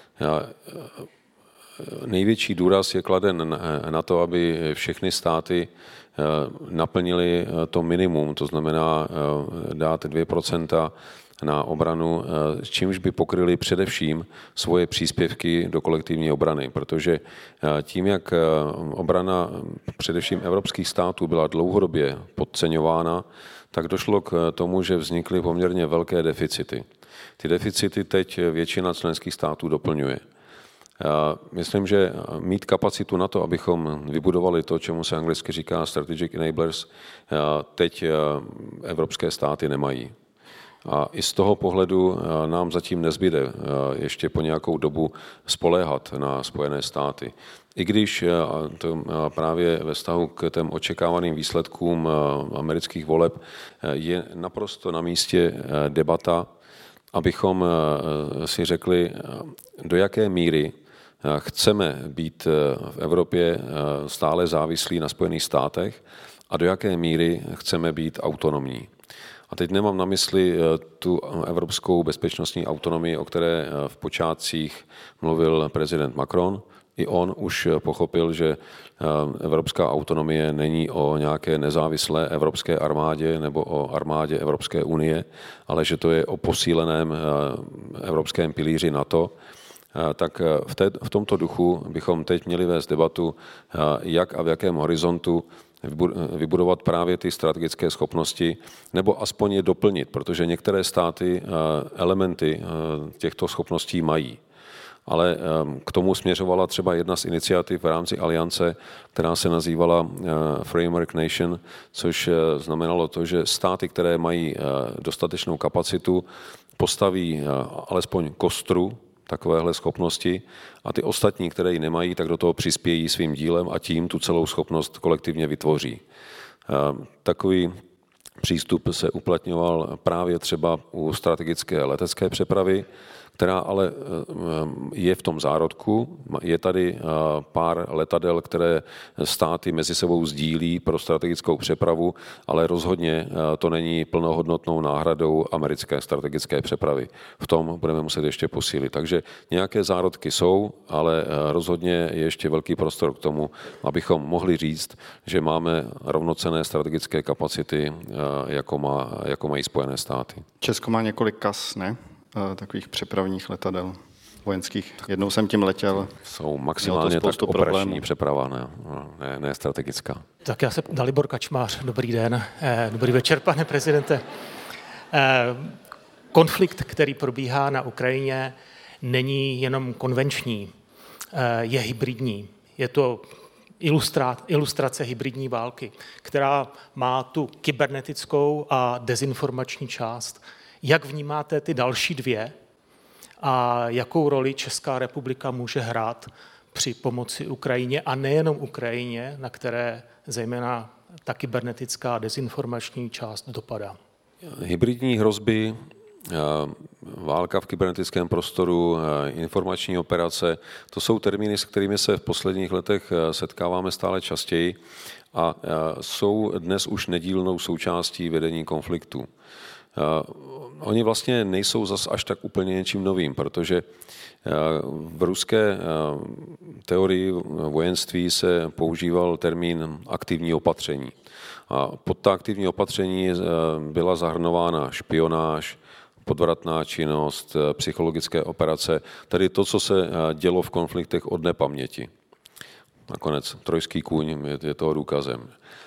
Speaker 3: největší důraz je kladen na to, aby všechny státy naplnili to minimum, to znamená dát dvě procenta na obranu, čímž by pokryli především svoje příspěvky do kolektivní obrany, protože tím, jak obrana především evropských států byla dlouhodobě podceňována, tak došlo k tomu, že vznikly poměrně velké deficity. Ty deficity teď většina členských států doplňuje. Myslím, že mít kapacitu na to, abychom vybudovali to, čemu se anglicky říká strategic enablers, teď evropské státy nemají. A i z toho pohledu nám zatím nezbyde ještě po nějakou dobu spoléhat na Spojené státy. I když to právě ve vztahu k těm očekávaným výsledkům amerických voleb je naprosto na místě debata, abychom si řekli, do jaké míry chceme být v Evropě stále závislí na Spojených státech a do jaké míry chceme být autonomní. A teď nemám na mysli tu evropskou bezpečnostní autonomii, o které v počátcích mluvil prezident Macron. I on už pochopil, že evropská autonomie není o nějaké nezávislé evropské armádě nebo o armádě Evropské unie, ale že to je o posíleném evropském pilíři NATO. Tak v, té, v tomto duchu bychom teď měli vést debatu, jak a v jakém horizontu vybudovat právě ty strategické schopnosti, nebo aspoň je doplnit, protože některé státy elementy těchto schopností mají. Ale k tomu směřovala třeba jedna z iniciativ v rámci aliance, která se nazývala Framework Nation, což znamenalo to, že státy, které mají dostatečnou kapacitu, postaví alespoň kostru takovéhle schopnosti a ty ostatní, které ji nemají, tak do toho přispějí svým dílem a tím tu celou schopnost kolektivně vytvoří. Takový přístup se uplatňoval právě třeba u strategické letecké přepravy, která ale je v tom zárodku. Je tady pár letadel, které státy mezi sebou sdílí pro strategickou přepravu, ale rozhodně to není plnohodnotnou náhradou americké strategické přepravy. V tom budeme muset ještě posílit. Takže nějaké zárodky jsou, ale rozhodně je ještě velký prostor k tomu, abychom mohli říct, že máme rovnocenné strategické kapacity, jako, má, jako mají Spojené státy.
Speaker 2: Česko má několik kas, ne? takových přepravních letadel vojenských. Jednou jsem tím letěl.
Speaker 3: Jsou maximálně tak operační
Speaker 2: problémů.
Speaker 3: přeprava, ne, ne, ne strategická.
Speaker 11: Tak já se Dalibor Kačmář, dobrý den, dobrý večer, pane prezidente. Konflikt, který probíhá na Ukrajině, není jenom konvenční, je hybridní. Je to ilustrace hybridní války, která má tu kybernetickou a dezinformační část. Jak vnímáte ty další dvě a jakou roli Česká republika může hrát při pomoci Ukrajině a nejenom Ukrajině, na které zejména ta kybernetická dezinformační část dopadá?
Speaker 3: Hybridní hrozby, válka v kybernetickém prostoru, informační operace, to jsou termíny, s kterými se v posledních letech setkáváme stále častěji a jsou dnes už nedílnou součástí vedení konfliktu. Oni vlastně nejsou zas až tak úplně něčím novým, protože v ruské teorii vojenství se používal termín aktivní opatření. A pod ta aktivní opatření byla zahrnována špionáž, podvratná činnost, psychologické operace, tedy to, co se dělo v konfliktech od nepaměti. Nakonec trojský kůň je toho důkazem.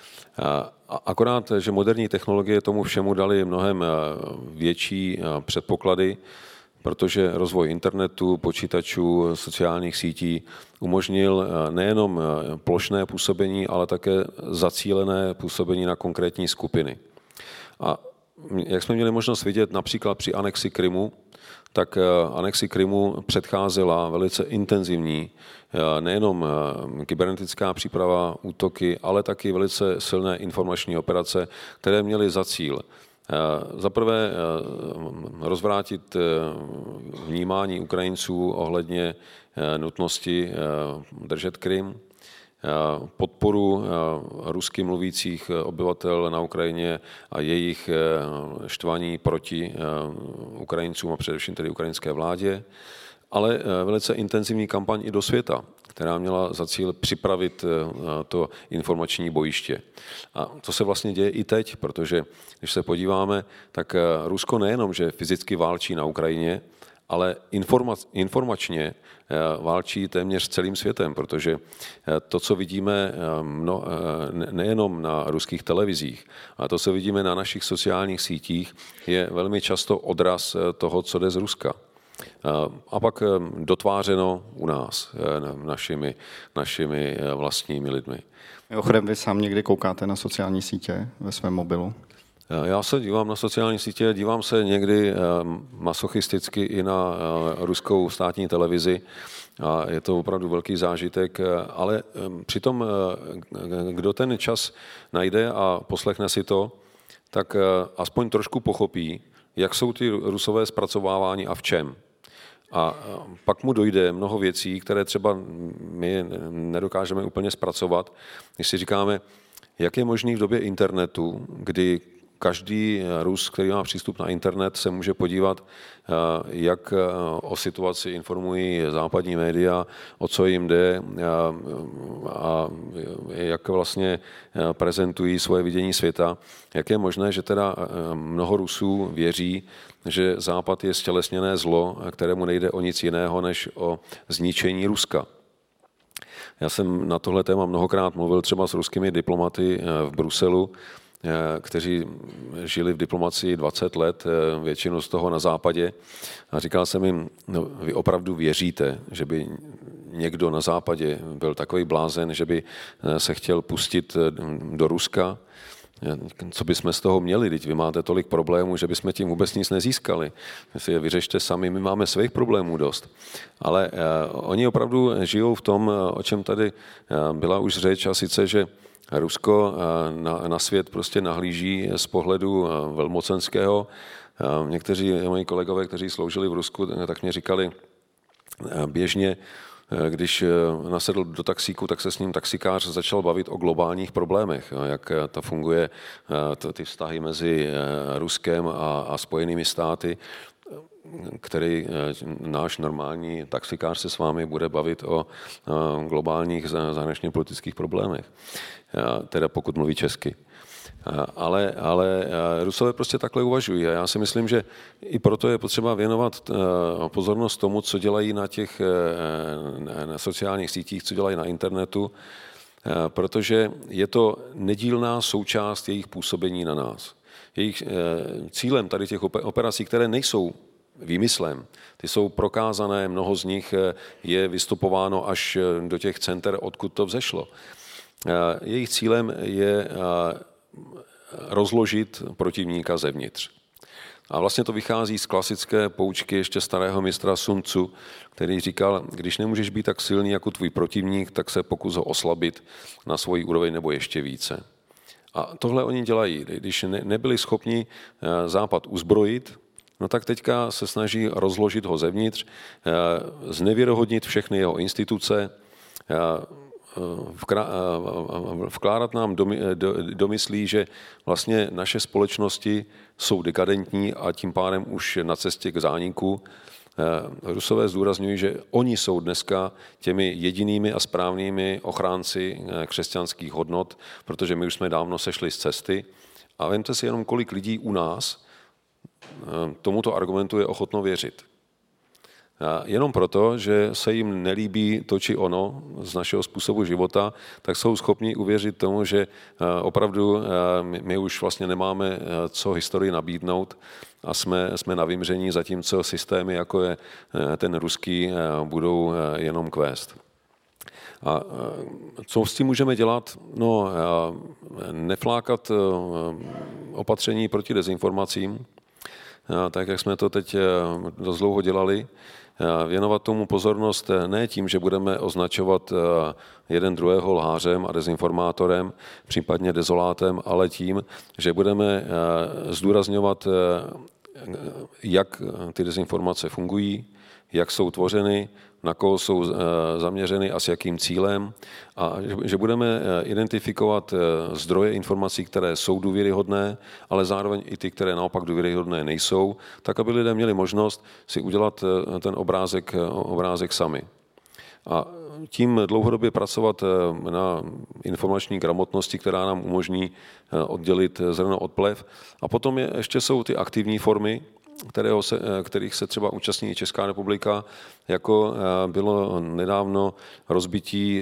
Speaker 3: Akorát, že moderní technologie tomu všemu dali mnohem větší předpoklady, protože rozvoj internetu, počítačů, sociálních sítí umožnil nejenom plošné působení, ale také zacílené působení na konkrétní skupiny. A jak jsme měli možnost vidět například při anexi Krymu, tak anexi Krymu předcházela velice intenzivní nejenom kybernetická příprava, útoky, ale taky velice silné informační operace, které měly za cíl za prvé rozvrátit vnímání Ukrajinců ohledně nutnosti držet Krym, podporu rusky mluvících obyvatel na Ukrajině a jejich štvání proti Ukrajincům a především tedy ukrajinské vládě, ale velice intenzivní kampaň i do světa, která měla za cíl připravit to informační bojiště. A to se vlastně děje i teď, protože když se podíváme, tak Rusko nejenom, že fyzicky válčí na Ukrajině, ale informačně válčí téměř celým světem, protože to, co vidíme nejenom na ruských televizích, ale to, co vidíme na našich sociálních sítích, je velmi často odraz toho, co jde z Ruska. A pak dotvářeno u nás, našimi, našimi vlastními lidmi.
Speaker 2: Mimochodem, vy sám někdy koukáte na sociální sítě ve svém mobilu?
Speaker 3: Já se dívám na sociální sítě, dívám se někdy masochisticky i na ruskou státní televizi a je to opravdu velký zážitek, ale přitom, kdo ten čas najde a poslechne si to, tak aspoň trošku pochopí, jak jsou ty Rusové zpracováváni a v čem. A pak mu dojde mnoho věcí, které třeba my nedokážeme úplně zpracovat, když si říkáme, jak je možný v době internetu, kdy každý Rus, který má přístup na internet, se může podívat, jak o situaci informují západní média, o co jim jde a jak vlastně prezentují svoje vidění světa. Jak je možné, že teda mnoho Rusů věří, že Západ je stělesněné zlo, kterému nejde o nic jiného, než o zničení Ruska. Já jsem na tohle téma mnohokrát mluvil třeba s ruskými diplomaty v Bruselu, kteří žili v diplomacii dvacet let, většinu z toho na západě. A říkal jsem jim, no, vy opravdu věříte, že by někdo na západě byl takový blázen, že by se chtěl pustit do Ruska? Co bychom z toho měli? Teď vy máte tolik problémů, že bychom tím vůbec nic nezískali. Vy si je vyřešte sami, my máme svých problémů dost. Ale oni opravdu žijou v tom, o čem tady byla už řeč, a sice, že Rusko na, na svět prostě nahlíží z pohledu velmocenského. Někteří moji kolegové, kteří sloužili v Rusku, tak mě říkali běžně, když nasedl do taxíku, tak se s ním taxikář začal bavit o globálních problémech, jak to funguje, ty vztahy mezi Ruskem a, a Spojenými státy, který náš normální taxikář se s vámi bude bavit o globálních zahraničně politických problémech, teda pokud mluví česky. Ale, ale Rusové prostě takhle uvažují a já si myslím, že i proto je potřeba věnovat pozornost tomu, co dělají na těch na sociálních sítích, co dělají na internetu, protože je to nedílná součást jejich působení na nás. Jejich cílem tady těch operací, které nejsou výmyslem, ty jsou prokázané, mnoho z nich je vystupováno až do těch center, odkud to vzešlo. Jejich cílem je rozložit protivníka zevnitř. A vlastně to vychází z klasické poučky ještě starého mistra Sun Tzu, který říkal, když nemůžeš být tak silný jako tvůj protivník, tak se pokus ho oslabit na svoji úroveň nebo ještě více. A tohle oni dělají. Když nebyli schopni Západ uzbrojit, no tak teďka se snaží rozložit ho zevnitř, znevěrohodnit všechny jeho instituce, vkládat nám do myslí, že vlastně naše společnosti jsou dekadentní a tím pádem už na cestě k zániku. Rusové zdůrazňují, že oni jsou dneska těmi jedinými a správnými ochránci křesťanských hodnot, protože my už jsme dávno sešli z cesty. A vemte si jenom, kolik lidí u nás tomuto argumentu je ochotno věřit. Jenom proto, že se jim nelíbí to či ono z našeho způsobu života, tak jsou schopni uvěřit tomu, že opravdu my už vlastně nemáme co historii nabídnout a jsme, jsme na vymření, zatímco systémy, jako je ten ruský, budou jenom kvést. A co s tím můžeme dělat? No, neflákat opatření proti dezinformacím, tak jak jsme to teď dost dlouho dělali, věnovat tomu pozornost ne tím, že budeme označovat jeden druhého lhářem a dezinformátorem, případně dezolátem, ale tím, že budeme zdůrazňovat, jak ty dezinformace fungují, jak jsou tvořeny, na koho jsou zaměřeny a s jakým cílem a že budeme identifikovat zdroje informací, které jsou důvěryhodné, ale zároveň i ty, které naopak důvěryhodné nejsou, tak aby lidé měli možnost si udělat ten obrázek, obrázek sami. A tím dlouhodobě pracovat na informační gramotnosti, která nám umožní oddělit zrno od plev. A potom je, ještě jsou ty aktivní formy, kterého se, kterých se třeba účastní Česká republika, jako bylo nedávno rozbití,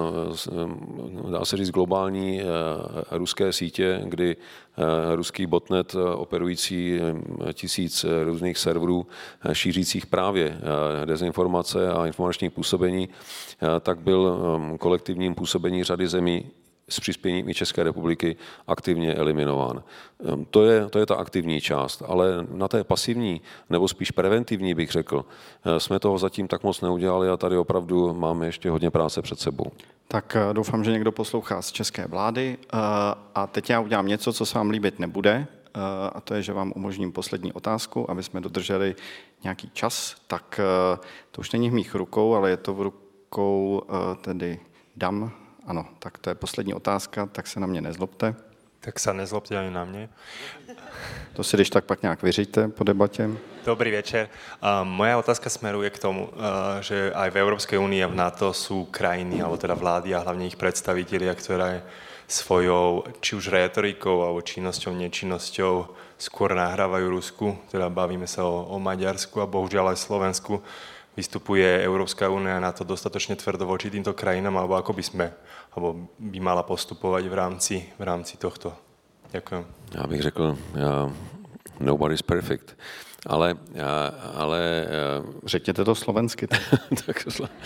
Speaker 3: dá se říct, globální ruské sítě, kdy ruský botnet operující tisíc různých serverů, šířících právě dezinformace a informační působení, tak byl kolektivním působení řady zemí s přispěním i České republiky aktivně eliminován. To je, to je ta aktivní část, ale na té pasivní, nebo spíš preventivní bych řekl, jsme toho zatím tak moc neudělali a tady opravdu máme ještě hodně práce před sebou.
Speaker 2: Tak doufám, že někdo poslouchá z české vlády a teď já udělám něco, co se vám líbit nebude, a to je, že vám umožním poslední otázku, aby jsme dodrželi nějaký čas. Tak to už není v mých rukou, ale je to v rukou tedy dam. Ano, tak to je poslední otázka, tak se na mě nezlobte.
Speaker 12: Tak se nezlobte ani na mě.
Speaker 2: To si když tak pak nějak vyřiďte po debatě.
Speaker 12: Dobrý večer. Uh, moja otázka smeruje k tomu, uh, že aj v Európskej únii a v NATO sú krajiny, alebo teda vlády a hlavne ich predstavitelia, ktoré svojou či už retorikou alebo činnosťou, nečinnosťou skôr nahrávajú Rusku, teda bavíme sa o, o Maďarsku a bohužiaľ aj Slovensku. Vystupuje Európska únia na to dostatočne tvrdo voči týmto krajinám, alebo ako by sme, alebo by mala postupovať v rámci, v rámci tohto. Ďakujem.
Speaker 3: Já bych řekl, já, nobody's perfect, ale, ale
Speaker 2: řekněte to slovensky.
Speaker 3: Tak,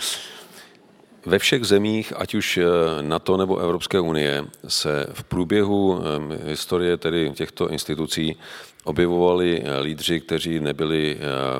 Speaker 3: ve všech zemích, ať už NATO nebo Evropské unie, se v průběhu historie tedy těchto institucí objevovali lídři, kteří nebyli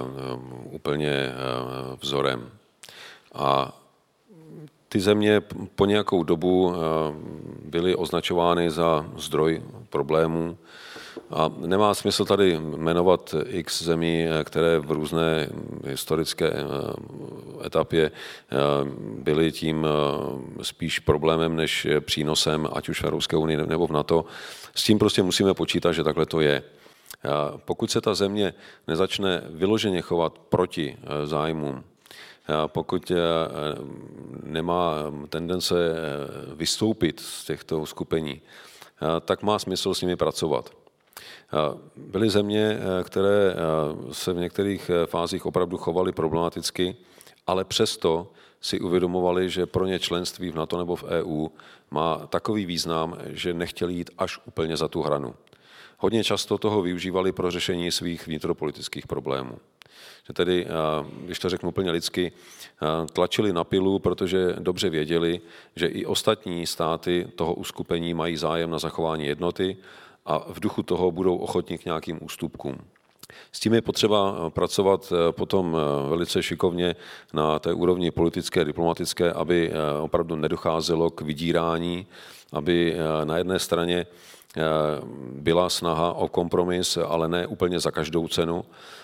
Speaker 3: úplně vzorem. A ty země po nějakou dobu byly označovány za zdroj problémů. A nemá smysl tady jmenovat x zemí, které v různé historické etapě byly tím spíš problémem než přínosem, ať už v Evropské unii nebo v NATO. S tím prostě musíme počítat, že takhle to je. Pokud se ta země nezačne vyloženě chovat proti zájmům, pokud nemá tendence vystoupit z těchto uskupení, tak má smysl s nimi pracovat. Byly země, které se v některých fázích opravdu chovaly problematicky, ale přesto si uvědomovali, že pro ně členství v NATO nebo v E U má takový význam, že nechtěli jít až úplně za tu hranu. Hodně často toho využívali pro řešení svých vnitropolitických problémů. Že tedy, když to řeknu úplně lidsky, tlačili na pilu, protože dobře věděli, že i ostatní státy toho uskupení mají zájem na zachování jednoty a v duchu toho budou ochotní k nějakým ústupkům. S tím je potřeba pracovat potom velice šikovně na té úrovni politické, diplomatické, aby opravdu nedocházelo k vydírání, aby na jedné straně byla snaha o kompromis, ale ne úplně za každou cenu.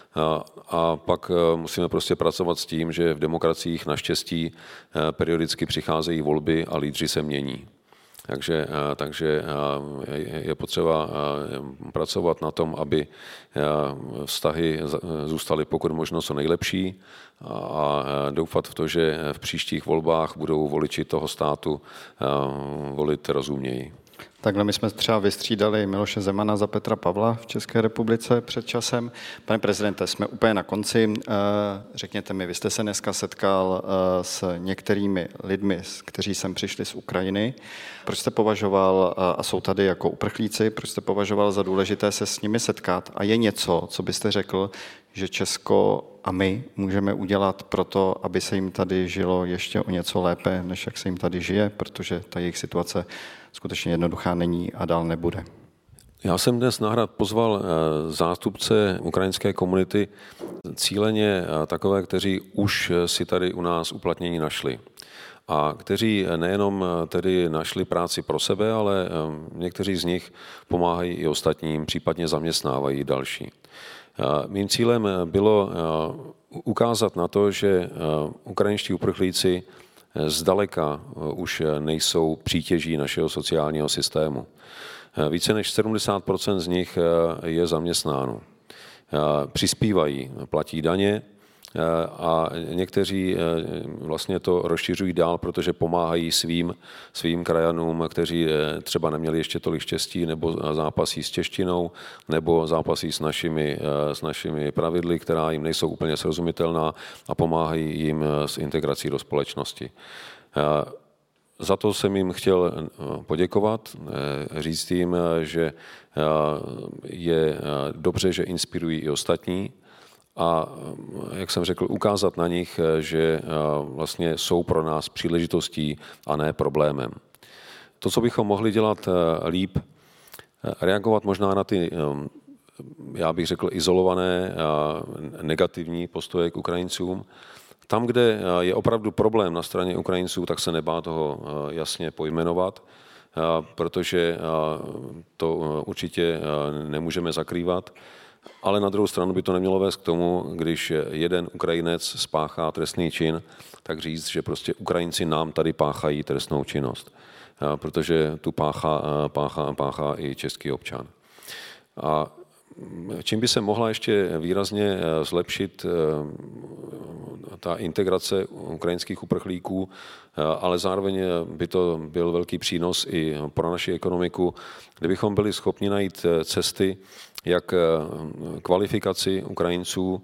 Speaker 3: A pak musíme prostě pracovat s tím, že v demokraciích naštěstí periodicky přicházejí volby a lídři se mění. Takže, takže je potřeba pracovat na tom, aby vztahy zůstaly pokud možno co nejlepší a doufat v to, že v příštích volbách budou voliči toho státu volit rozumněji.
Speaker 2: Takhle my jsme třeba vystřídali Miloše Zemana za Petra Pavla v České republice před časem. Pane prezidente, jsme úplně na konci. Řekněte mi, vy jste se dneska setkal s některými lidmi, kteří sem přišli z Ukrajiny. Proč jste považoval, a jsou tady jako uprchlíci, proč jste považoval za důležité se s nimi setkat? A je něco, co byste řekl, že Česko a my můžeme udělat pro to, aby se jim tady žilo ještě o něco lépe, než jak se jim tady žije, protože ta jejich situace skutečně jednoduchá není a dál nebude.
Speaker 3: Já jsem dnes na Hrad pozval zástupce ukrajinské komunity, cíleně takové, kteří už si tady u nás uplatnění našli. A kteří nejenom tedy našli práci pro sebe, ale někteří z nich pomáhají i ostatním, případně zaměstnávají další. Mým cílem bylo ukázat na to, že ukrajinští uprchlíci zdaleka už nejsou přítěží našeho sociálního systému. Více než sedmdesát procent z nich je zaměstnáno. Přispívají, platí daně a někteří vlastně to rozšiřují dál, protože pomáhají svým, svým krajanům, kteří třeba neměli ještě tolik štěstí, nebo zápasí s češtinou, nebo zápasí s našimi, s našimi pravidly, která jim nejsou úplně srozumitelná a pomáhají jim s integrací do společnosti. Za to jsem jim chtěl poděkovat, říct jim, že je dobře, že inspirují i ostatní, a jak jsem řekl, ukázat na nich, že vlastně jsou pro nás příležitostí a ne problémem. To, co bychom mohli dělat líp, reagovat možná na ty, já bych řekl, izolované negativní postoje k Ukrajincům. Tam, kde je opravdu problém na straně Ukrajinců, tak se nebá toho jasně pojmenovat, protože to určitě nemůžeme zakrývat. Ale na druhou stranu by to nemělo vést k tomu, když jeden Ukrajinec spáchá trestný čin, tak říct, že prostě Ukrajinci nám tady páchají trestnou činnost, protože tu páchá, páchá, páchá i český občan. A čím by se mohla ještě výrazně zlepšit ta integrace ukrajinských uprchlíků, ale zároveň by to byl velký přínos i pro naši ekonomiku, kdybychom byli schopni najít cesty, jak kvalifikaci Ukrajinců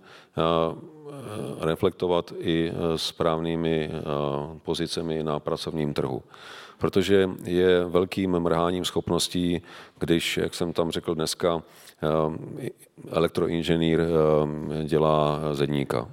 Speaker 3: reflektovat i správnými pozicemi na pracovním trhu. Protože je velkým mrháním schopností, když, jak jsem tam řekl dneska, elektroinženýr dělá zedníka.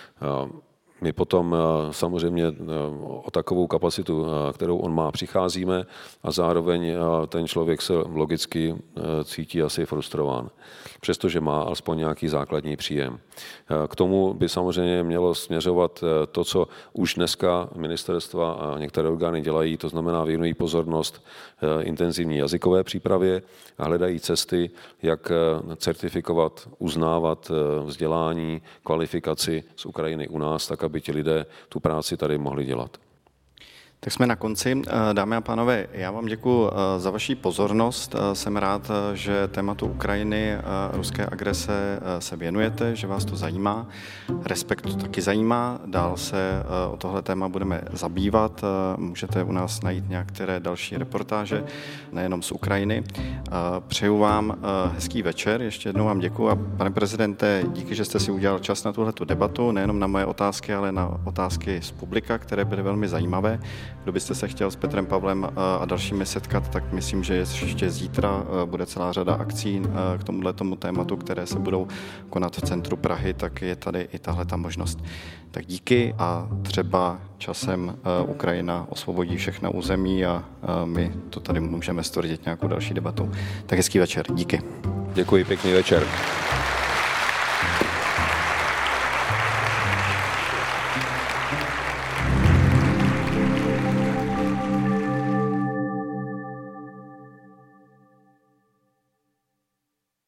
Speaker 3: My potom samozřejmě o takovou kapacitu, kterou on má, přicházíme a zároveň ten člověk se logicky cítí asi frustrován, přestože má alespoň nějaký základní příjem. K tomu by samozřejmě mělo směřovat to, co už dneska ministerstva a některé orgány dělají, to znamená věnují pozornost intenzivní jazykové přípravě a hledají cesty, jak certifikovat, uznávat vzdělání, kvalifikaci z Ukrajiny u nás, tak aby ti lidé tu práci tady mohli dělat.
Speaker 2: Tak jsme na konci. Dámy a pánové, já vám děkuji za vaši pozornost. Jsem rád, že tématu Ukrajiny, ruské agrese se věnujete, že vás to zajímá. Respekt to taky zajímá. Dál se o tohle téma budeme zabývat. Můžete u nás najít některé další reportáže, nejenom z Ukrajiny. Přeju vám hezký večer. Ještě jednou vám děkuji. A pane prezidente, díky, že jste si udělal čas na tuhletu debatu, nejenom na moje otázky, ale na otázky z publika, které byly velmi zajímavé. Kdo byste se chtěl s Petrem Pavlem a dalšími setkat, tak myslím, že ještě zítra bude celá řada akcí k tomuhle tomu tématu, které se budou konat v centru Prahy, tak je tady i tahle ta možnost. Tak díky a třeba časem Ukrajina osvobodí všechna území a my to tady můžeme stvrdit nějakou další debatu. Tak hezký večer. Díky.
Speaker 3: Děkuji, pěkný večer.